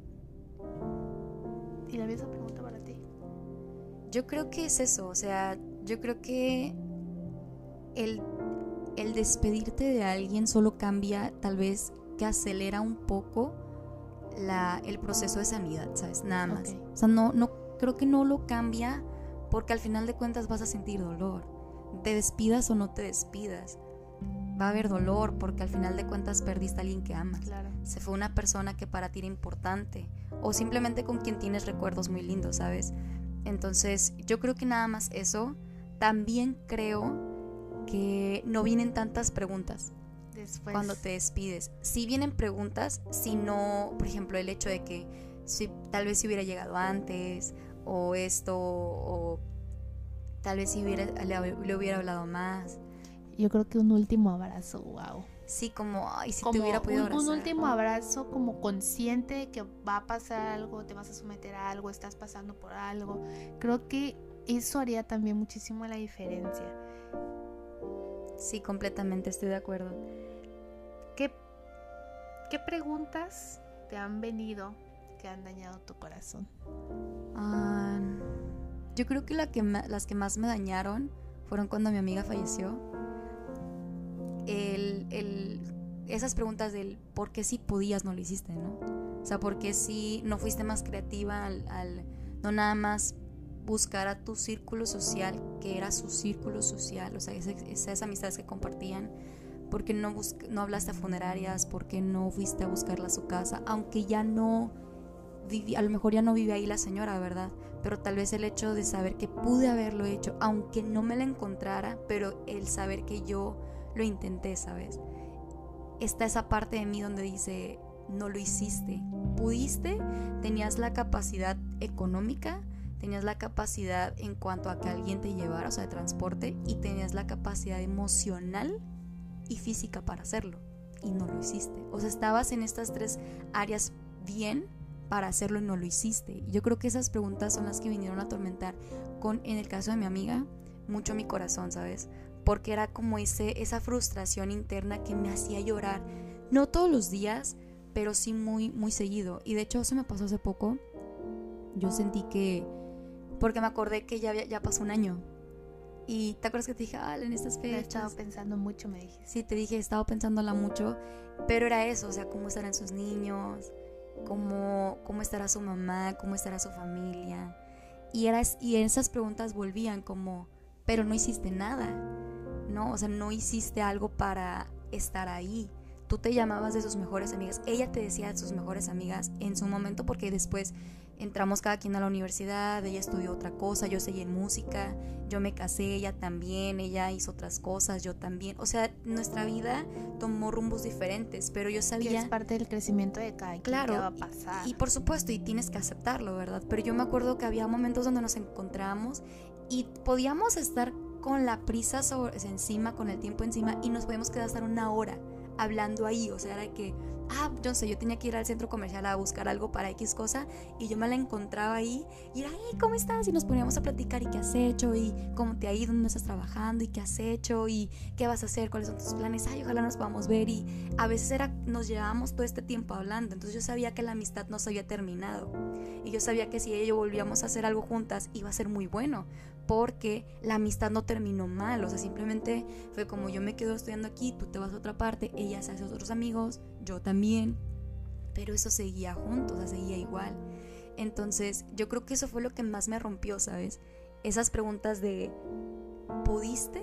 ¿y la misma pregunta para ti? Yo creo que es eso, o sea, yo creo que el, el despedirte de alguien solo cambia, tal vez que acelera un poco la, el proceso de sanidad, ¿sabes? Nada más. Okay. O sea, no, no, creo que no lo cambia, porque al final de cuentas vas a sentir dolor. Te despidas o no te despidas, va a haber dolor, porque al final de cuentas perdiste a alguien que amas. Claro. Se fue una persona que para ti era importante, o simplemente con quien tienes recuerdos muy lindos, ¿sabes? Entonces yo creo que nada más eso. También creo que no vienen tantas preguntas después cuando te despides. Sí vienen preguntas, si no, por ejemplo, el hecho de que si, tal vez si hubiera llegado antes, o esto, o tal vez si hubiera, le, le hubiera hablado más. Yo creo que un último abrazo, wow. Sí, como, ay, si como te hubiera podido un, abrazar. un último abrazo, como consciente de que va a pasar algo, te vas a someter a algo, estás pasando por algo. Creo que eso haría también muchísimo la diferencia. Sí, completamente, estoy de acuerdo. ¿Qué, qué preguntas te han venido que han dañado tu corazón? Uh, yo creo que, la que ma- las que más me dañaron fueron cuando mi amiga falleció. El, el, esas preguntas del por qué si podías no lo hiciste, ¿no? O sea, por qué si no fuiste más creativa al, al no nada más buscar a tu círculo social, que era su círculo social, o sea, esas, esas amistades que compartían, ¿Por qué no, bus- no hablaste a funerarias? ¿Por qué no fuiste a buscarla a su casa? Aunque ya no viví, a lo mejor ya no vive ahí la señora, ¿verdad? Pero tal vez el hecho de saber que pude haberlo hecho, aunque no me la encontrara, pero el saber que yo lo intenté, ¿sabes? Está esa parte de mí donde dice, no lo hiciste. Pudiste, tenías la capacidad económica, tenías la capacidad en cuanto a que alguien te llevara, o sea, de transporte, y tenías la capacidad emocional y física para hacerlo, y no lo hiciste. O sea, estabas en estas tres áreas bien para hacerlo y no lo hiciste. Y yo creo que esas preguntas son las que vinieron a atormentar, con, en el caso de mi amiga, mucho mi corazón, ¿sabes? Porque era como ese, esa frustración interna que me hacía llorar, no todos los días, pero sí muy, muy seguido. Y de hecho eso me pasó hace poco. Yo sentí que, porque me acordé que ya, ya pasó un año. Y te acuerdas que te dije, ah, en estas fechas. He estado pensando mucho, me dijiste. Sí, te dije, he estado pensándola mucho. Pero era eso, o sea, cómo estarán sus niños, cómo, cómo estará su mamá, cómo estará su familia. Y, era, y esas preguntas volvían como, pero no hiciste nada, ¿no? O sea, no hiciste algo para estar ahí. Tú te llamabas de sus mejores amigas. Ella te decía de sus mejores amigas en su momento, porque después entramos cada quien a la universidad, ella estudió otra cosa, yo seguí en música, yo me casé, ella también, ella hizo otras cosas, yo también. O sea, nuestra vida tomó rumbos diferentes, pero yo sabía... Que es parte del crecimiento de cada quien, claro, que va a pasar. Y, y por supuesto, y tienes que aceptarlo, ¿verdad? Pero yo me acuerdo que había momentos donde nos encontrábamos y podíamos estar con la prisa sobre, encima, con el tiempo encima, y nos podíamos quedar hasta una hora hablando ahí. O sea, era que, ah, yo no sé, yo tenía que ir al centro comercial a buscar algo para X cosa, y yo me la encontraba ahí, y era, hey, ¿cómo estás? Y nos poníamos a platicar, y qué has hecho, y cómo te ha ido, dónde estás trabajando, y qué has hecho, y qué vas a hacer, cuáles son tus planes, ay, ojalá nos podamos ver. Y a veces era, nos llevábamos todo este tiempo hablando. Entonces yo sabía que la amistad no se había terminado, y yo sabía que si ella y yo volvíamos a hacer algo juntas, iba a ser muy bueno, porque la amistad no terminó mal. O sea, simplemente fue como, yo me quedo estudiando aquí, tú te vas a otra parte, ella se hace otros amigos, yo también, pero eso seguía juntos, o sea, seguía igual. Entonces yo creo que eso fue lo que más me rompió, ¿sabes? Esas preguntas de, ¿pudiste?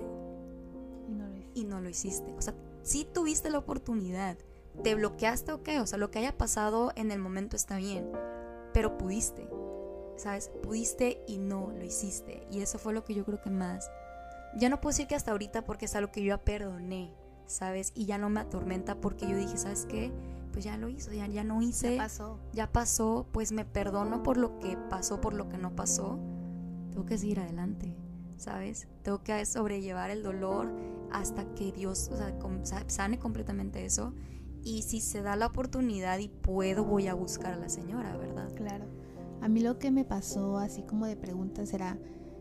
Y no lo hiciste. Y no lo hiciste. O sea, sí tuviste la oportunidad, te bloqueaste, ok, o sea, lo que haya pasado en el momento está bien, pero pudiste, ¿sabes? Pudiste y no lo hiciste. Y eso fue lo que yo creo que más, ya no puedo decir que hasta ahorita, porque es algo que yo ya perdoné, ¿sabes? Y ya no me atormenta, porque yo dije, ¿sabes qué? Pues ya lo hizo, ya, ya no hice, Ya pasó. ya pasó, pues me perdono por lo que pasó, por lo que no pasó. Tengo que seguir adelante, ¿sabes? Tengo que sobrellevar el dolor hasta que Dios, o sea, sane completamente eso. Y si se da la oportunidad y puedo, voy a buscar a la señora, ¿verdad? Claro. A mí lo que me pasó, así como de preguntas, era,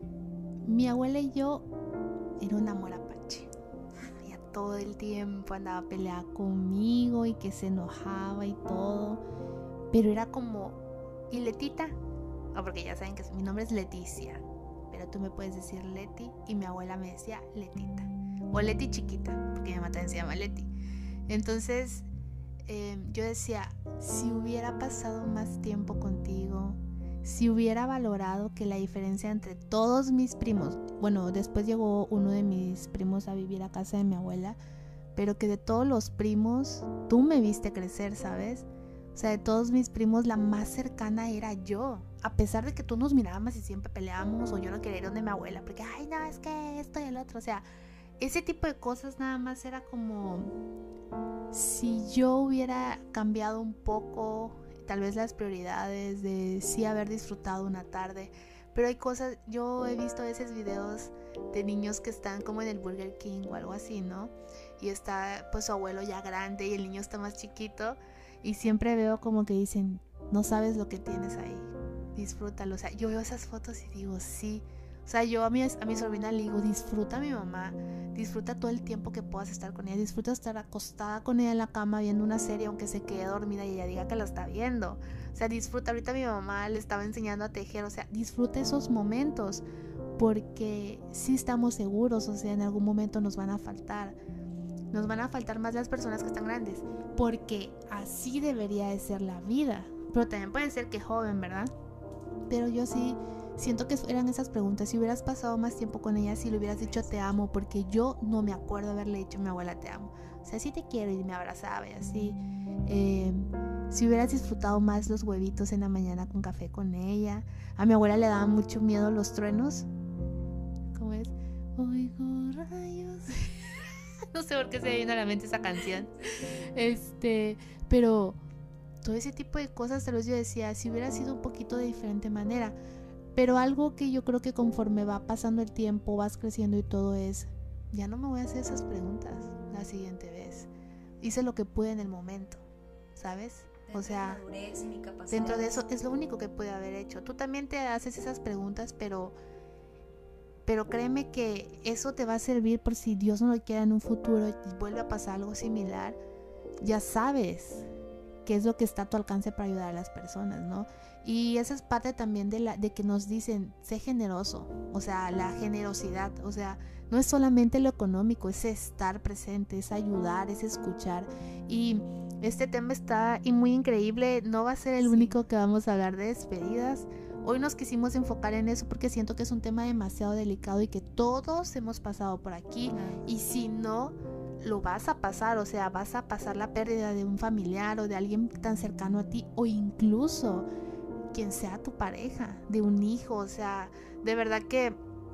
mi abuela y yo era un amor apache. Ella todo el tiempo andaba peleada conmigo y que se enojaba y todo, pero era como, ¿y Letita? Oh, porque ya saben que mi nombre es Leticia, pero tú me puedes decir Leti, y mi abuela me decía Letita, o Leti chiquita, porque mi mamá también se llama Leti. Entonces eh, yo decía, si hubiera pasado más tiempo contigo, si hubiera valorado que la diferencia entre todos mis primos, bueno, después llegó uno de mis primos a vivir a casa de mi abuela, pero que de todos los primos tú me viste crecer, ¿sabes? O sea, de todos mis primos la más cercana era yo, a pesar de que tú nos mirábamos y siempre peleábamos, o yo no quería ir donde mi abuela porque, ay, no, es que esto y el otro. O sea, ese tipo de cosas nada más era como, si yo hubiera cambiado un poco tal vez las prioridades, de sí haber disfrutado una tarde. Pero hay cosas, yo he visto esos videos de niños que están como en el Burger King o algo así, ¿no? Y está pues su abuelo ya grande y el niño está más chiquito, y siempre veo como que dicen, no sabes lo que tienes ahí, disfrútalo. O sea, yo veo esas fotos y digo, sí. O sea, yo a mi, a mi sobrina le digo, disfruta a mi mamá, disfruta todo el tiempo que puedas estar con ella, disfruta estar acostada con ella en la cama viendo una serie, aunque se quede dormida y ella diga que la está viendo. O sea, disfruta. Ahorita mi mamá le estaba enseñando a tejer, o sea, disfruta esos momentos, porque sí estamos seguros, o sea, en algún momento nos van a faltar. Nos van a faltar más las personas que están grandes, porque así debería de ser la vida. Pero también puede ser que joven, ¿verdad? Pero yo sí siento que eran esas preguntas. Si hubieras pasado más tiempo con ella, si le hubieras dicho te amo, porque yo no me acuerdo haberle dicho a mi abuela te amo. O o sea, sí te quiero, y me abrazaba y así. Eh, si hubieras disfrutado más los huevitos en la mañana con café con ella. A mi abuela le daban mucho miedo los truenos. ¿Cómo es? Oigo rayos. No sé por qué se me viene a la mente esa canción. Este, pero todo ese tipo de cosas, te los yo decía, si hubiera sido un poquito de diferente manera. Pero algo que yo creo que conforme va pasando el tiempo, vas creciendo y todo es, ya no me voy a hacer esas preguntas la siguiente vez. Hice lo que pude en el momento, ¿sabes? O sea, dentro de eso es lo único que pude haber hecho. Tú también te haces esas preguntas, pero, pero créeme que eso te va a servir por si Dios no lo quiere en un futuro y vuelve a pasar algo similar. Ya sabes qué es lo que está a tu alcance para ayudar a las personas, ¿no? Y esa es parte también de, la, de que nos dicen, sé generoso, o sea, la generosidad, o sea, no es solamente lo económico, es estar presente, es ayudar, es escuchar. Y este tema está y muy increíble, no va a ser el sí. único que vamos a hablar de despedidas. Hoy nos quisimos enfocar en eso porque siento que es un tema demasiado delicado y que todos hemos pasado por aquí, y si no, lo vas a pasar, o sea, vas a pasar la pérdida de un familiar o de alguien tan cercano a ti, o incluso quien sea tu pareja, de un hijo. O sea, de verdad que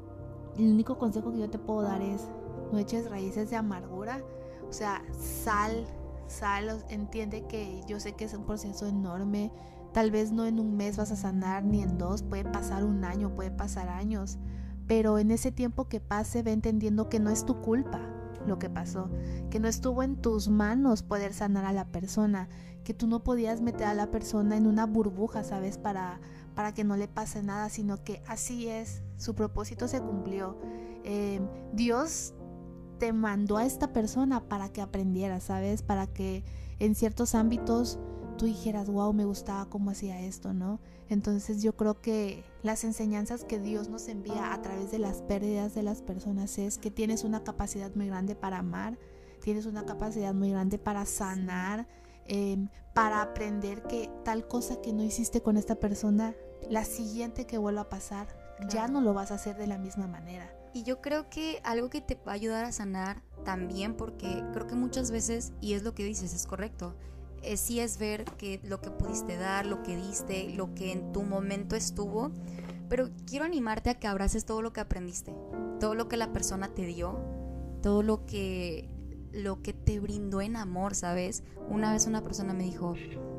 el único consejo que yo te puedo dar es no eches raíces de amargura. O sea, sal, sal, entiende que yo sé que es un proceso enorme. Tal vez no en un mes vas a sanar, ni en dos, puede pasar un año, puede pasar años, pero en ese tiempo que pase, ve entendiendo que no es tu culpa lo que pasó, que no estuvo en tus manos poder sanar a la persona, que tú no podías meter a la persona en una burbuja, ¿sabes? Para, para que no le pase nada, sino que así es, su propósito se cumplió. Eh, Dios te mandó a esta persona para que aprendieras, ¿sabes? Para que en ciertos ámbitos tú dijeras, wow, me gustaba cómo hacía esto, ¿no? Entonces yo creo que las enseñanzas que Dios nos envía a través de las pérdidas de las personas es que tienes una capacidad muy grande para amar, tienes una capacidad muy grande para sanar, eh, para aprender que tal cosa que no hiciste con esta persona, la siguiente que vuelva a pasar, claro, ya no lo vas a hacer de la misma manera. Y yo creo que algo que te va a ayudar a sanar también, porque creo que muchas veces, y es lo que dices, es correcto, Eh, sí es ver que lo que pudiste dar, lo que diste, lo que en tu momento estuvo, pero quiero animarte a que abraces todo lo que aprendiste, todo lo que la persona te dio, todo lo que, lo que te brindó en amor, ¿sabes? Una vez una persona me dijo,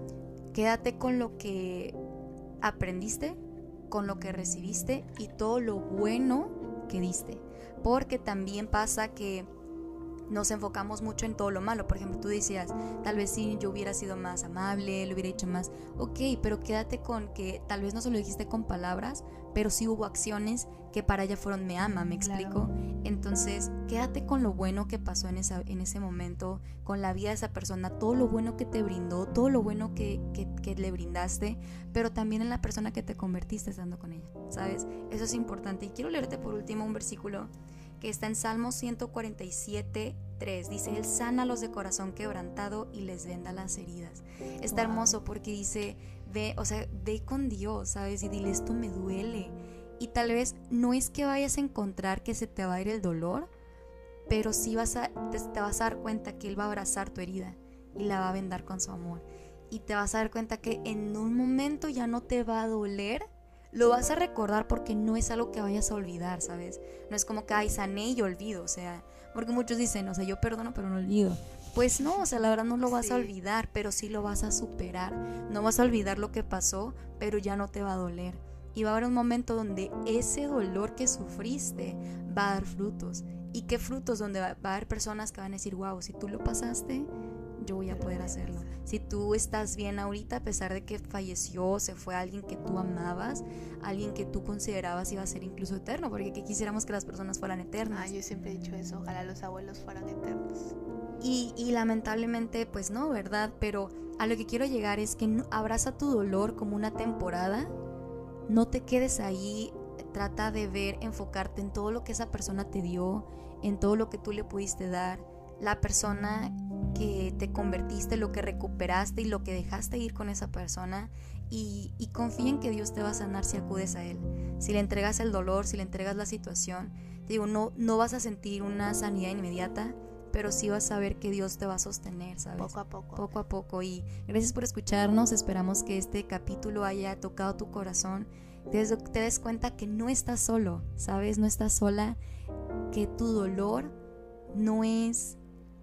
quédate con lo que aprendiste, con lo que recibiste y todo lo bueno que diste, porque también pasa que nos enfocamos mucho en todo lo malo. Por ejemplo, tú decías, tal vez si yo hubiera sido más amable, lo hubiera hecho más, ok, pero quédate con que tal vez no se lo dijiste con palabras, pero sí hubo acciones que para ella fueron me ama, ¿me explico? Claro. Entonces, quédate con lo bueno que pasó en, esa, en ese momento, con la vida de esa persona, todo lo bueno que te brindó, todo lo bueno que, que, que le brindaste, pero también en la persona que te convertiste estando con ella, ¿sabes? Eso es importante. Y quiero leerte por último un versículo que está en Salmo ciento cuarenta y siete, tres. Dice, Él sana a los de corazón quebrantado y les venda las heridas. Está wow. hermoso porque dice, ve, o sea, ve con Dios, ¿sabes? Y dile, esto me duele. Y tal vez no es que vayas a encontrar que se te va a ir el dolor, pero sí vas a, te, te vas a dar cuenta que Él va a abrazar tu herida y la va a vendar con su amor. Y te vas a dar cuenta que en un momento ya no te va a doler. Lo vas a recordar porque no es algo que vayas a olvidar, ¿sabes? No es como que, ay, sané y olvido, o sea, porque muchos dicen, o sea, yo perdono pero no olvido. Pues no, o sea, la verdad no lo vas sí. a olvidar, pero sí lo vas a superar. No vas a olvidar lo que pasó, pero ya no te va a doler. Y va a haber un momento donde ese dolor que sufriste va a dar frutos. ¿Y qué frutos? Donde va, va a haber personas que van a decir, wow, si tú lo pasaste, yo voy a poder hacerlo. Si tú estás bien ahorita, a pesar de que falleció, se fue alguien que tú amabas, alguien que tú considerabas iba a ser incluso eterno, porque que quisiéramos que las personas fueran eternas. Ah, yo siempre he dicho eso, ojalá los abuelos fueran eternos. Y, y lamentablemente, pues no, ¿verdad? Pero a lo que quiero llegar es que no, abraza tu dolor como una temporada, no te quedes ahí, trata de ver, enfocarte en todo lo que esa persona te dio, en todo lo que tú le pudiste dar, la persona que te convertiste, lo que recuperaste y lo que dejaste ir con esa persona, y, y confía en que Dios te va a sanar si acudes a Él. Si le entregas el dolor, si le entregas la situación, te digo, no, no vas a sentir una sanidad inmediata, pero sí vas a ver que Dios te va a sostener, ¿sabes? Poco a poco. Poco a poco. Y gracias por escucharnos. Esperamos que este capítulo haya tocado tu corazón. Te des, te des cuenta que no estás solo, ¿sabes? No estás sola, que tu dolor no es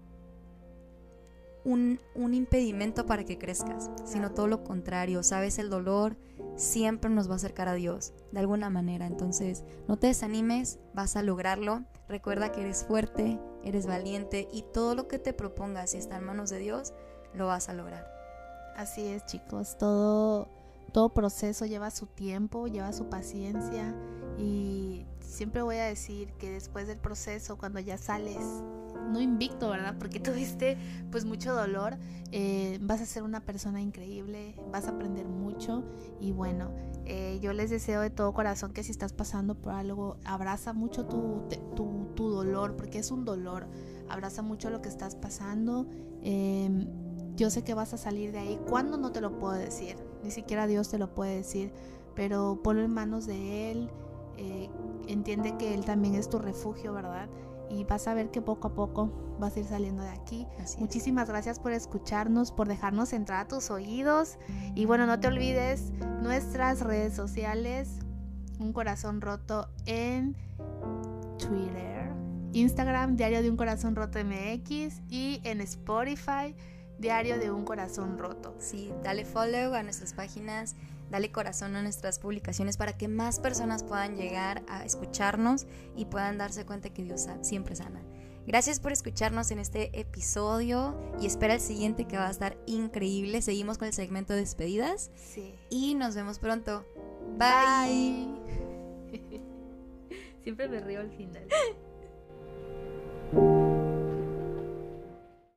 un, un impedimento para que crezcas, sino todo lo contrario, ¿sabes? El dolor siempre nos va a acercar a Dios, de alguna manera. Entonces, no te desanimes, vas a lograrlo. Recuerda que eres fuerte, eres valiente y todo lo que te propongas, si está en manos de Dios, lo vas a lograr. Así es, chicos, todo, todo proceso lleva su tiempo, lleva su paciencia, y siempre voy a decir que después del proceso, cuando ya sales, no invicto, ¿verdad? Porque tuviste pues mucho dolor, eh, vas a ser una persona increíble, vas a aprender mucho. Y bueno, eh, yo les deseo de todo corazón que si estás pasando por algo, abraza mucho tu, tu, tu dolor, porque es un dolor. Abraza mucho lo que estás pasando. eh, Yo sé que vas a salir de ahí. ¿Cuándo? No te lo puedo decir, ni siquiera Dios te lo puede decir, pero ponlo en manos de Él. Eh, entiende que Él también es tu refugio, ¿verdad? Y vas a ver que poco a poco vas a ir saliendo de aquí. Así Muchísimas es. gracias por escucharnos, por dejarnos entrar a tus oídos. Y bueno, no te olvides nuestras redes sociales: Un Corazón Roto en Twitter, Instagram, Diario de un Corazón Roto M X, y en Spotify, Diario de un Corazón Roto. Sí, dale follow a nuestras páginas, dale corazón a nuestras publicaciones para que más personas puedan llegar a escucharnos y puedan darse cuenta que Dios siempre sana. Gracias por escucharnos en este episodio y espera el siguiente, que va a estar increíble. Seguimos con el segmento de despedidas. Sí. Y nos vemos pronto. Bye. Bye. Siempre me río al final.